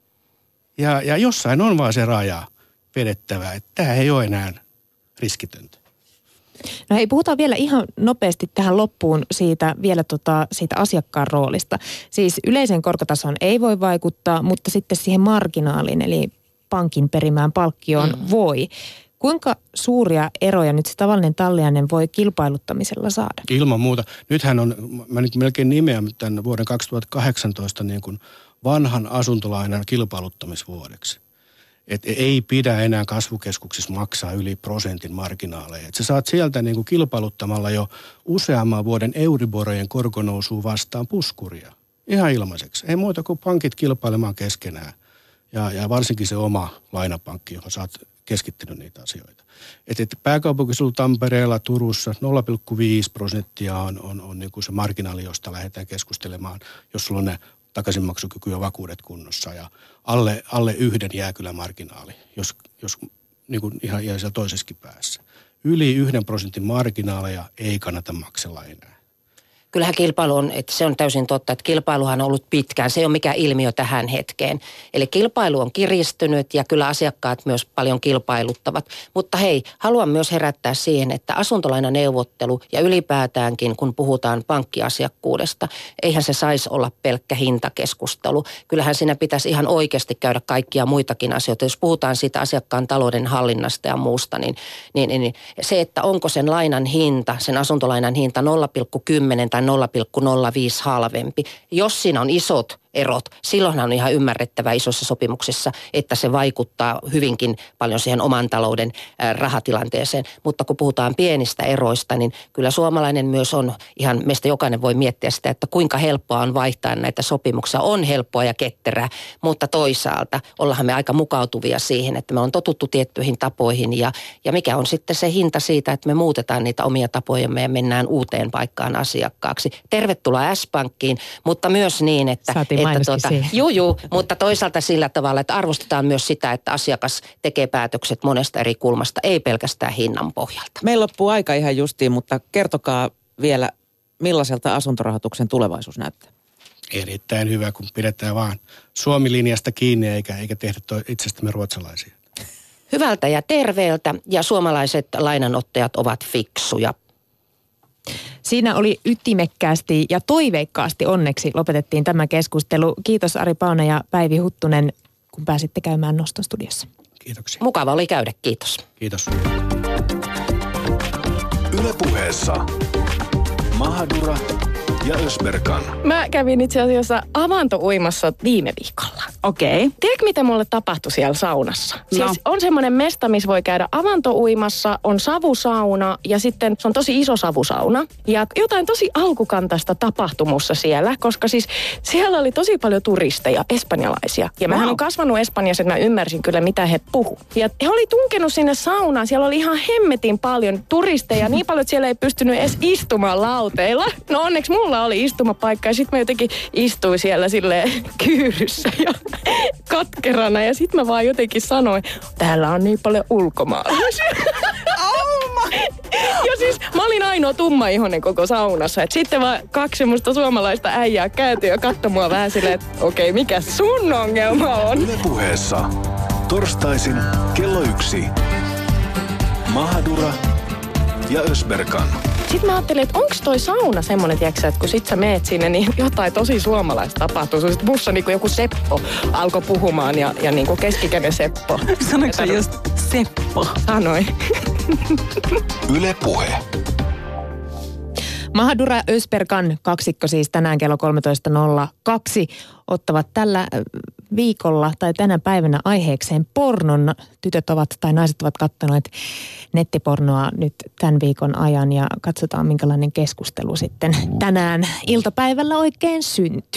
Ja, ja jossain on vaan se raja vedettävä, että tämä ei ole enää riskitöntä. No hei, puhutaan vielä ihan nopeasti tähän loppuun siitä, vielä tota, siitä asiakkaan roolista. Siis yleisen korkotason ei voi vaikuttaa, mutta sitten siihen marginaaliin, eli pankin perimään palkkioon mm. voi. Kuinka suuria eroja nyt se tavallinen talliainen voi kilpailuttamisella saada? Ilman muuta. Nythän on, mä nyt melkein nimeän tämän vuoden kaksituhattakahdeksantoista niin kuin vanhan asuntolainan kilpailuttamisvuodeksi. Että ei pidä enää kasvukeskuksissa maksaa yli prosentin marginaaleja. Et sä saat sieltä niin kuin kilpailuttamalla jo useamman vuoden Euriborojen korkonousua vastaan puskuria. Ihan ilmaiseksi. Ei muuta kuin pankit kilpailemaan keskenään. Ja, ja varsinkin se oma lainapankki, johon sä oot keskittynyt niitä asioita. Että et pääkaupunkiseudulla Tampereella, Turussa nolla pilkku viisi prosenttia on, on, on niin kuin se marginaali, josta lähdetään keskustelemaan, jos sulla on ne takaisinmaksukyky ja vakuudet kunnossa ja alle, alle yhden jää kyllä marginaali, jos, jos niin kuin ihan, ihan siellä toisessakin päässä. Yli yhden prosentin marginaaleja ei kannata maksella enää. Kyllähän kilpailu on, että se on täysin totta, että kilpailuhan on ollut pitkään. Se ei ole mikään ilmiö tähän hetkeen. Eli kilpailu on kiristynyt ja kyllä asiakkaat myös paljon kilpailuttavat. Mutta hei, haluan myös herättää siihen, että asuntolainaneuvottelu ja ylipäätäänkin, kun puhutaan pankkiasiakkuudesta, eihän se saisi olla pelkkä hintakeskustelu. Kyllähän siinä pitäisi ihan oikeasti käydä kaikkia muitakin asioita. Jos puhutaan siitä asiakkaan talouden hallinnasta ja muusta, niin, niin, niin se, että onko sen lainan hinta, sen asuntolainan hinta nolla pilkku kymmenen tai nolla pilkku nolla viisi halvempi. Jos siinä on isot erot, silloinhan on ihan ymmärrettävä isossa sopimuksessa, että se vaikuttaa hyvinkin paljon siihen oman talouden rahatilanteeseen. Mutta kun puhutaan pienistä eroista, niin kyllä suomalainen myös on ihan, meistä jokainen voi miettiä sitä, että kuinka helppoa on vaihtaa näitä sopimuksia. On helppoa ja ketterää, mutta toisaalta ollaan me aika mukautuvia siihen, että me on totuttu tiettyihin tapoihin ja, ja mikä on sitten se hinta siitä, että me muutetaan niitä omia tapojamme ja mennään uuteen paikkaan asiakkaaksi. Tervetuloa S-Pankkiin, mutta myös niin, että Että tuota, juu, juu, mutta toisaalta sillä tavalla, että arvostetaan myös sitä, että asiakas tekee päätökset monesta eri kulmasta, ei pelkästään hinnan pohjalta. Meillä loppuu aika ihan justiin, mutta kertokaa vielä, millaiselta asuntorahoituksen tulevaisuus näyttää? Erittäin hyvä, kun pidetään vaan Suomi-linjasta kiinni eikä, eikä tehdä itsestämme ruotsalaisia. Hyvältä ja terveeltä ja suomalaiset lainanottajat ovat fiksuja. Siinä oli ytimekkäästi ja toiveikkaasti onneksi lopetettiin tämä keskustelu. Kiitos Ari Pauna ja Päivi Huttunen, kun pääsitte käymään Noston studiossa. Kiitoksia. Mukava oli käydä, kiitos. Kiitos. Yle Puheessa Mahadura ja Ösberkan. Mä kävin itse asiassa avantouimassa viime viikolla. Okei. Okay. Tiedätkö, mitä mulle tapahtui siellä saunassa? No. Siis on semmoinen mesta, missä voi käydä avantouimassa, on savusauna ja sitten se on tosi iso savusauna. Ja jotain tosi alkukantaista tapahtumussa siellä, koska siis siellä oli tosi paljon turisteja, espanjalaisia. Ja mähän Wow. on kasvanut Espanjassa, että mä ymmärsin kyllä, mitä he puhu. Ja he oli tunkenut sinne saunaan, siellä oli ihan hemmetin paljon turisteja, niin paljon, että siellä ei pystynyt edes istumaan lauteilla. No onneksi mulla oli istumapaikka ja sitten mä jotenkin istuin siellä silleen kyyryssä ja katkerana. Ja sitten mä vaan jotenkin sanoin, täällä on niin paljon ulkomaalaisia. Ja siis mä olin ainoa tummaihoinen koko saunassa. Et sitten vaan kaksi semmoista suomalaista äijää kääntyi ja katsoi mua vähän silleen, että okei, okay, mikä sun ongelma on? Yle Puheessa torstaisin kello yksi. Mahadura ja Ösberkan. Sitten mä ajattelin, että onko toi sauna semmoinen, tiiäksä, että kun sit sä meet sinne, niin jotain tosi suomalaista tapahtuu. Sitten musta niin joku Seppo alkoi puhumaan ja, ja niin kuin keskikäinen Seppo. Sanoitko sä just Seppo? Sanoin. Yle Puhe. Mahadura Ösberkan kaksikko siis tänään kello kolmetoista nolla kaksi ottavat tällä viikolla tai tänä päivänä aiheekseen pornon. Tytöt ovat tai naiset ovat katsoneet nettipornoa nyt tämän viikon ajan ja katsotaan minkälainen keskustelu sitten tänään iltapäivällä oikein syntyy.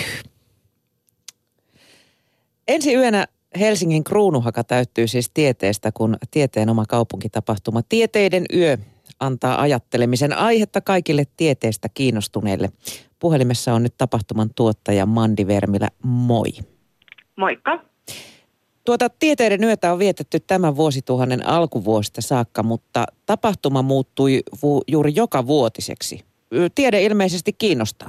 Ensi yönä Helsingin kruunuhaka täyttyy siis tieteestä, kun tieteen oma kaupunkitapahtuma Tieteiden yö antaa ajattelemisen aihetta kaikille tieteestä kiinnostuneille. Puhelimessa on nyt tapahtuman tuottaja Mandi Vermilä. Moi. Moikka. Tuota Tieteiden yötä on vietetty tämän vuosituhannen alkuvuosista saakka, mutta tapahtuma muuttui vu- juuri joka vuotiseksi. Tiede ilmeisesti kiinnostaa.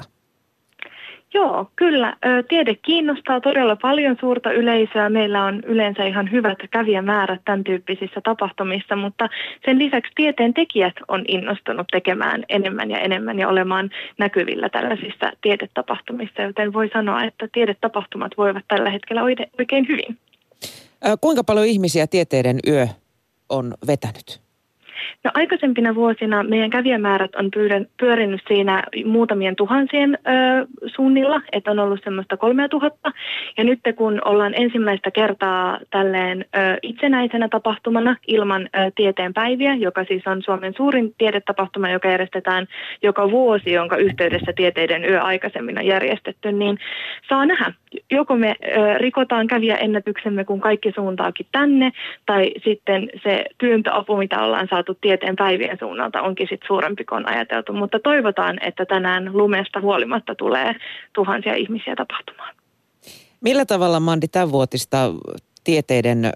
Joo, kyllä. Tiede kiinnostaa todella paljon suurta yleisöä. Meillä on yleensä ihan hyvät kävijämäärät tämän tyyppisissä tapahtumissa, mutta sen lisäksi tieteen tekijät on innostunut tekemään enemmän ja enemmän ja olemaan näkyvillä tällaisissa tiedetapahtumissa, joten voi sanoa, että tiedetapahtumat voivat tällä hetkellä oikein hyvin. Kuinka paljon ihmisiä Tieteiden yö on vetänyt? No aikaisempina vuosina meidän kävijämäärät on pyydän, pyörinyt siinä muutamien tuhansien ö, suunnilla, että on ollut semmoista kolmea tuhatta. Ja nyt kun ollaan ensimmäistä kertaa tälleen ö, itsenäisenä tapahtumana ilman ö, tieteen päiviä, joka siis on Suomen suurin tiedetapahtuma, joka järjestetään joka vuosi, jonka yhteydessä Tieteiden yö aikaisemmin on järjestetty, niin saa nähdä. Joko me ö, rikotaan kävijäennätyksemme, kun kaikki suuntaakin tänne, tai sitten se työntöapu, mitä ollaan saatu tieteen päivien suunnalta onkin sitten suurempi kuin on ajateltu, mutta toivotaan, että tänään lumesta huolimatta tulee tuhansia ihmisiä tapahtumaan. Millä tavalla, Mandi, tämänvuotista Tieteiden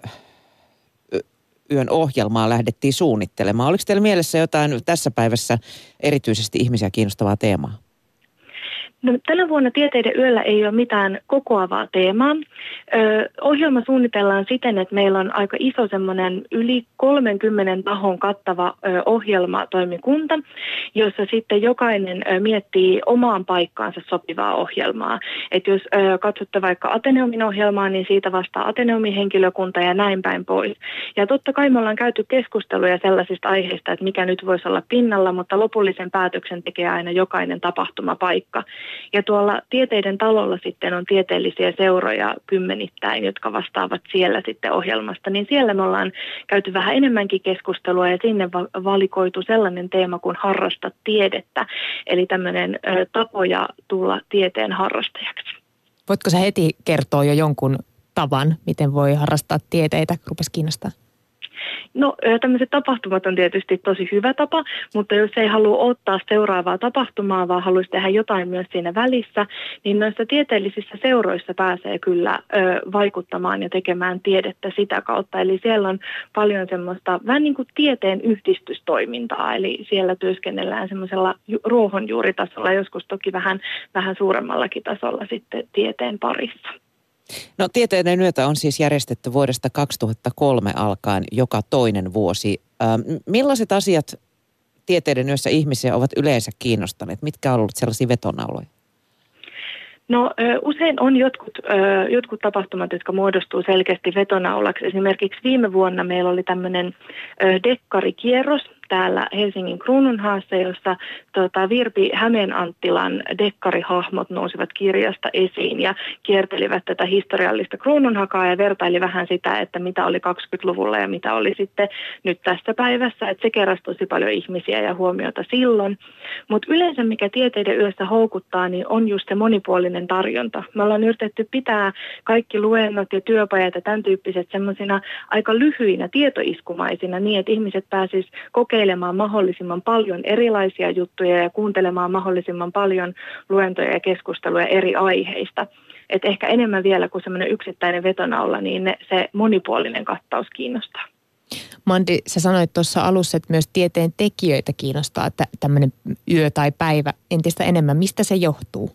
yön ohjelmaa lähdettiin suunnittelemaan? Oliko teillä mielessä jotain tässä päivässä erityisesti ihmisiä kiinnostavaa teemaa? No, tänä vuonna Tieteiden yöllä ei ole mitään kokoavaa teemaa. Ö, ohjelma suunnitellaan siten, että meillä on aika iso semmoinen yli kolmenkymmenen tahon kattava ö, ohjelmatoimikunta, jossa sitten jokainen ö, miettii omaan paikkaansa sopivaa ohjelmaa. Et jos ö, katsotte vaikka Ateneumin ohjelmaa, niin siitä vastaa Ateneumin henkilökunta ja näin päin pois. Ja totta kai me ollaan käyty keskusteluja sellaisista aiheista, että mikä nyt voisi olla pinnalla, mutta lopullisen päätöksen tekee aina jokainen tapahtumapaikka. Ja tuolla Tieteiden talolla sitten on tieteellisiä seuroja kymmenittäin, jotka vastaavat siellä sitten ohjelmasta. Niin siellä me ollaan käyty vähän enemmänkin keskustelua ja sinne valikoitu sellainen teema kuin harrasta tiedettä. Eli tämmöinen ö, tapoja tulla tieteen harrastajaksi. Voitko sä heti kertoa jo jonkun tavan, miten voi harrastaa tieteitä? Rupes kiinnostaa. No tämmöiset tapahtumat on tietysti tosi hyvä tapa, mutta jos ei halua ottaa seuraavaa tapahtumaa, vaan haluaisi tehdä jotain myös siinä välissä, niin noissa tieteellisissä seuroissa pääsee kyllä ö, vaikuttamaan ja tekemään tiedettä sitä kautta. Eli siellä on paljon semmoista vähän niin kuin tieteen yhdistystoimintaa, eli siellä työskennellään semmoisella ruohonjuuritasolla, joskus toki vähän, vähän suuremmallakin tasolla sitten tieteen parissa. No Tieteiden yötä on siis järjestetty vuodesta kaksituhattakolme alkaen joka toinen vuosi. Ähm, millaiset asiat tieteiden yössä ihmisiä ovat yleensä kiinnostaneet? Mitkä on ollut sellaisia vetonauloja? No usein on jotkut, jotkut tapahtumat, jotka muodostuu selkeästi vetonaulaksi. Esimerkiksi viime vuonna meillä oli tämmöinen dekkarikierros täällä Helsingin Kruununhaassa, jossa tota, Virpi Hämeenanttilan dekkarihahmot nousivat kirjasta esiin ja kiertelivät tätä historiallista Kruununhakaa ja vertaili vähän sitä, että mitä oli kaksikymmentäluvulla ja mitä oli sitten nyt tässä päivässä. Että se keräsi tosi paljon ihmisiä ja huomiota silloin. Mutta yleensä mikä tieteiden yössä houkuttaa, niin on just se monipuolinen tarjonta. Me ollaan yritetty pitää kaikki luennot ja työpajat ja tämän tyyppiset semmoisina aika lyhyinä tietoiskumaisina niin, että ihmiset pääsis kokeilemaan mahdollisimman paljon erilaisia juttuja ja kuuntelemaan mahdollisimman paljon luentoja ja keskusteluja eri aiheista. Et ehkä enemmän vielä kuin semmoinen yksittäinen vetonaula, niin ne, se monipuolinen kattaus kiinnostaa. Mandi, sä sanoit tuossa alussa, että myös tieteen tekijöitä kiinnostaa että tämmöinen yö tai päivä entistä enemmän. Mistä se johtuu?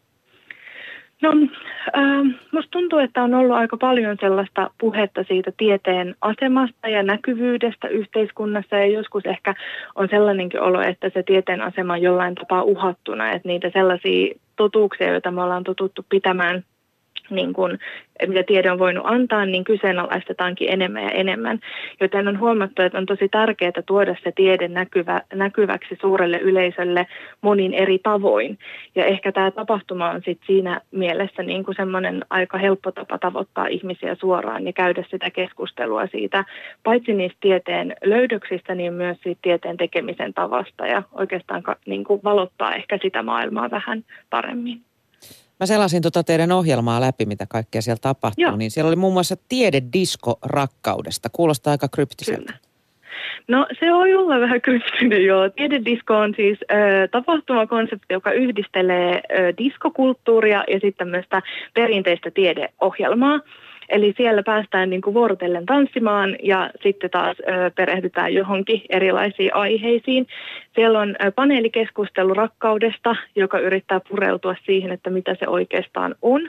No, äh, musta tuntuu, että on ollut aika paljon sellaista puhetta siitä tieteen asemasta ja näkyvyydestä yhteiskunnassa ja joskus ehkä on sellainenkin olo, että se tieteen asema on jollain tapaa uhattuna, että niitä sellaisia totuuksia, joita me ollaan totuttu pitämään, niin kuin, mitä tiede on voinut antaa, niin kyseenalaistetaankin enemmän ja enemmän. Joten on huomattu, että on tosi tärkeää tuoda se tiede näkyvä, näkyväksi suurelle yleisölle monin eri tavoin. Ja ehkä tämä tapahtuma on sitten siinä mielessä niin kuin semmoinen aika helppo tapa tavoittaa ihmisiä suoraan ja käydä sitä keskustelua siitä, paitsi niistä tieteen löydöksistä, niin myös siitä tieteen tekemisen tavasta ja oikeastaan niin kuin valottaa ehkä sitä maailmaa vähän paremmin. Mä selasin tuota teidän ohjelmaa läpi, mitä kaikkea siellä tapahtuu, Joo. niin siellä oli muun muassa tiededisko rakkaudesta. Kuulostaa aika kryptiseltä. Kyllä. No se on olla vähän kryptinen, joo. Tiededisko on siis ö, tapahtumakonsepti, joka yhdistelee ö, diskokulttuuria ja sitten myös perinteistä tiedeohjelmaa. Eli siellä päästään niin kuin vuorotellen tanssimaan ja sitten taas ö, perehdytään johonkin erilaisiin aiheisiin. Siellä on ö, paneelikeskustelu rakkaudesta, joka yrittää pureutua siihen, että mitä se oikeastaan on.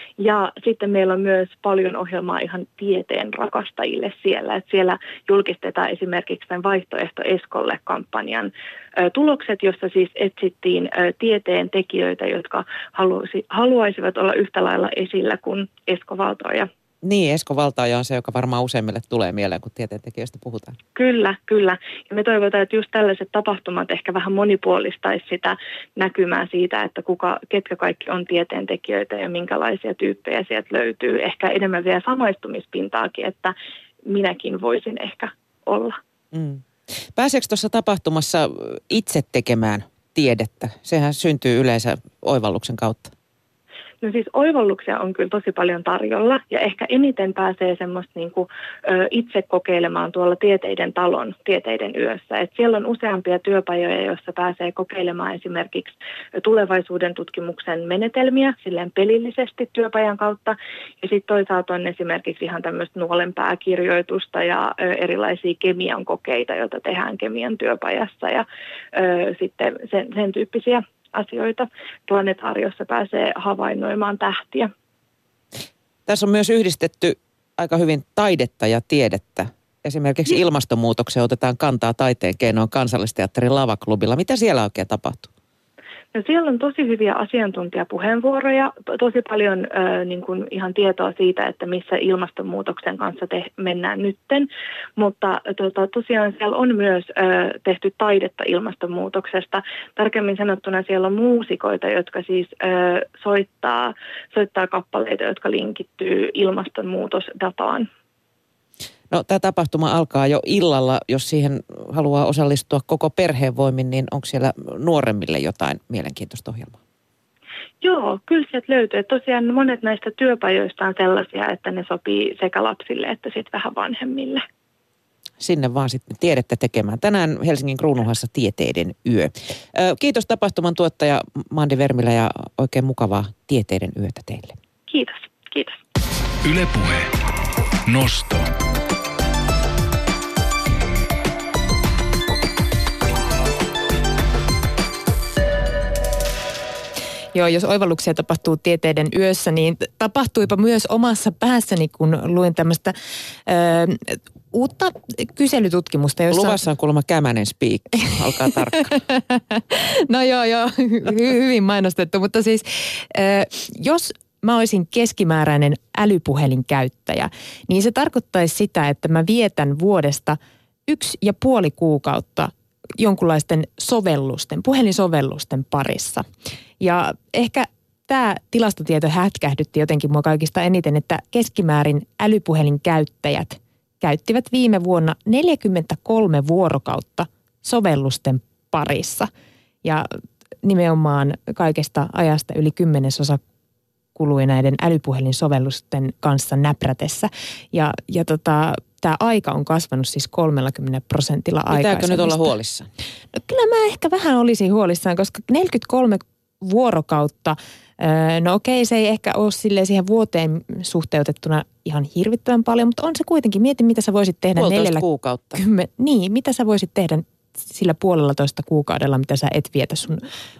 Ja sitten meillä on myös paljon ohjelmaa ihan tieteen rakastajille siellä. Että siellä julkistetaan esimerkiksi tämän Vaihtoehto Eskolle-kampanjan ö, tulokset, jossa siis etsittiin ö, tieteen tekijöitä, jotka halusi, haluaisivat olla yhtä lailla esillä kuin Esko Valtaoja. Niin, Esko Valtaoja on se, joka varmaan useimmille tulee mieleen, kun tieteentekijöistä puhutaan. Kyllä, kyllä. Ja me toivotaan, että just tällaiset tapahtumat ehkä vähän monipuolistaisi sitä näkymää siitä, että kuka, ketkä kaikki on tieteentekijöitä ja minkälaisia tyyppejä sieltä löytyy. Ehkä enemmän vielä samaistumispintaakin, että minäkin voisin ehkä olla. Mm. Pääseekö tuossa tapahtumassa itse tekemään tiedettä? Sehän syntyy yleensä oivalluksen kautta. No siis oivalluksia on kyllä tosi paljon tarjolla ja ehkä eniten pääsee semmoista niin kuin, ö, itse kokeilemaan tuolla Tieteiden talon Tieteiden yössä. Et siellä on useampia työpajoja, joissa pääsee kokeilemaan esimerkiksi tulevaisuuden tutkimuksen menetelmiä silleen pelillisesti työpajan kautta. Ja sitten toisaalta on esimerkiksi ihan tämmöistä nuolenpääkirjoitusta ja ö, erilaisia kemian kokeita, joita tehdään kemian työpajassa ja ö, sitten sen, sen tyyppisiä asioita. Planetaariossa pääsee havainnoimaan tähtiä. Tässä on myös yhdistetty aika hyvin taidetta ja tiedettä. Esimerkiksi ja. ilmastonmuutokseen otetaan kantaa taiteen keinoin Kansallisteatterin lavaklubilla. Mitä siellä oikein tapahtuu? No siellä on tosi hyviä asiantuntijapuheenvuoroja, tosi paljon äh, niin kuin ihan tietoa siitä, että missä ilmastonmuutoksen kanssa te- mennään nytten, mutta tota, tosiaan siellä on myös äh, tehty taidetta ilmastonmuutoksesta. Tarkemmin sanottuna siellä on muusikoita, jotka siis äh, soittaa, soittaa kappaleita, jotka linkittyy ilmastonmuutosdataan. No tämä tapahtuma alkaa jo illalla, jos siihen haluaa osallistua koko perheen voimin, niin onko siellä nuoremmille jotain mielenkiintoista ohjelmaa? Joo, kyllä sieltä löytyy. Tosiaan monet näistä työpajoista on sellaisia, että ne sopii sekä lapsille että sitten vähän vanhemmille. Sinne vaan sitten tiedettä tekemään. Tänään Helsingin Kruununhaassa Tieteiden yö. Kiitos tapahtuman tuottaja Mandi Vermilä ja oikein mukavaa Tieteiden yötä teille. Kiitos, kiitos. Yle Puhe. Nosto. Joo, jos oivalluksia tapahtuu Tieteiden yössä, niin tapahtuipa myös omassa päässäni, kun luin tämmöistä ö, uutta kyselytutkimusta, jossa... Luvassa on kuulemma Kämänen spiikki. Alkaa tarkkaan. No joo, joo. Hy- hyvin mainostettu. Mutta siis, äh, jos mä olisin keskimääräinen älypuhelinkäyttäjä, niin se tarkoittaisi sitä, että mä vietän vuodesta yksi ja puoli kuukautta jonkunlaisten sovellusten, puhelinsovellusten parissa. Ja ehkä tämä tilastotieto hätkähdytti jotenkin mua kaikista eniten, että keskimäärin älypuhelinkäyttäjät käyttivät viime vuonna neljäkymmentäkolme vuorokautta sovellusten parissa. Ja nimenomaan kaikesta ajasta yli kymmenesosa kului näiden älypuhelinsovellusten kanssa näprätessä. Ja, ja tota, tämä aika on kasvanut siis kolmekymmentä prosentilla aikaisemmista. Pitääkö nyt olla huolissaan? No, kyllä mä ehkä vähän olisin huolissaan, koska neljäkymmentäkolme vuorokautta, no okei, se ei ehkä ole silleen siihen vuoteen suhteutettuna ihan hirvittävän paljon, mutta on se kuitenkin. Mieti, mitä sä voisit tehdä neljällä kuukautta. Kymmen, niin, mitä sä voisit tehdä sillä puolella toista kuukaudella, mitä sä et vietä sun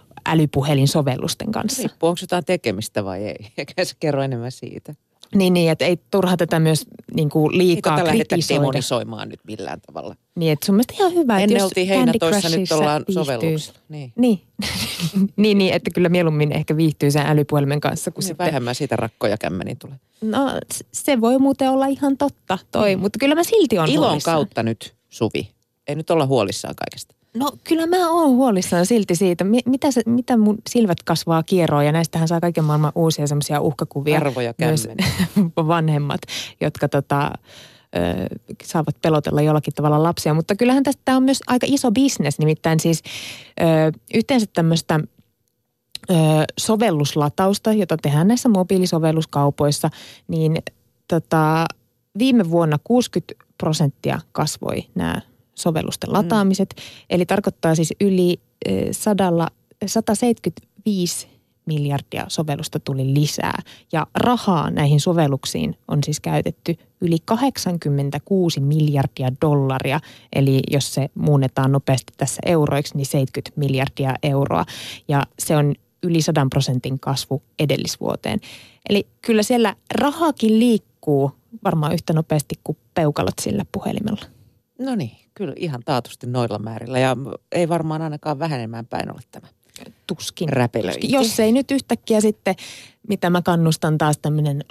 älypuhelinsovellusten kanssa. Riippuu, onko jotain tekemistä vai ei. Eikä se kerro enemmän siitä. Niin, niin, että ei turha tätä myös niin kuin liikaa ei kritisoida. Ei tätä demonisoimaan nyt millään tavalla. Niin, että sun mielestä ihan hyvä, että Ennen jos oltiin heinätoissa, nyt ollaan sovelluksessa. Niin. Niin. niin, niin, että kyllä mieluummin ehkä viihtyy sen älypuhelimen kanssa. Kun niin sitten... vähemmän siitä rakkoja kämmeniin tulee. No se voi muuten olla ihan totta toi, mm. mutta kyllä mä silti on Ilon huolissaan. kautta nyt, Suvi. Ei nyt olla huolissaan kaikesta. No kyllä mä oon huolissaan silti siitä, mitä, se, mitä mun silmät kasvaa kierroon ja näistähän saa kaiken maailman uusia semmoisia uhkakuvia. Arvoja kämmeniä. Vanhemmat, jotka tota, ö, saavat pelotella jollakin tavalla lapsia. Mutta kyllähän tästä on myös aika iso bisnes, nimittäin siis ö, yhteensä tämmöistä ö, sovelluslatausta, jota tehdään näissä mobiilisovelluskaupoissa, niin tota, viime vuonna kuusikymmentä prosenttia kasvoi nämä sovellusten lataamiset. Mm. Eli tarkoittaa siis yli sadalla, sata seitsemänkymmentäviisi miljardia sovellusta tuli lisää. Ja rahaa näihin sovelluksiin on siis käytetty yli kahdeksankymmentäkuusi miljardia dollaria. Eli jos se muunnetaan nopeasti tässä euroiksi, niin seitsemänkymmentä miljardia euroa. Ja se on yli sadan prosentin kasvu edellisvuoteen. Eli kyllä siellä rahakin liikkuu varmaan yhtä nopeasti kuin peukalot sillä puhelimella. No niin, kyllä ihan taatusti noilla määrillä ja ei varmaan ainakaan vähenemään päin ole tämä. Tuskin. Räpelöinti. Jos ei nyt yhtäkkiä sitten, mitä mä kannustan taas tämmöinen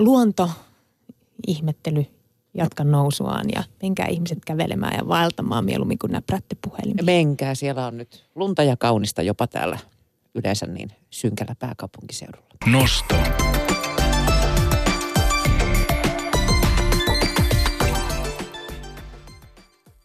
luonto-ihmettely jatka nousuaan ja menkää ihmiset kävelemään ja vaeltamaan mieluummin kuin näprätte puhelimia. Menkää, siellä on nyt lunta ja kaunista jopa täällä yleensä niin synkällä pääkaupunkiseudulla. Nosto.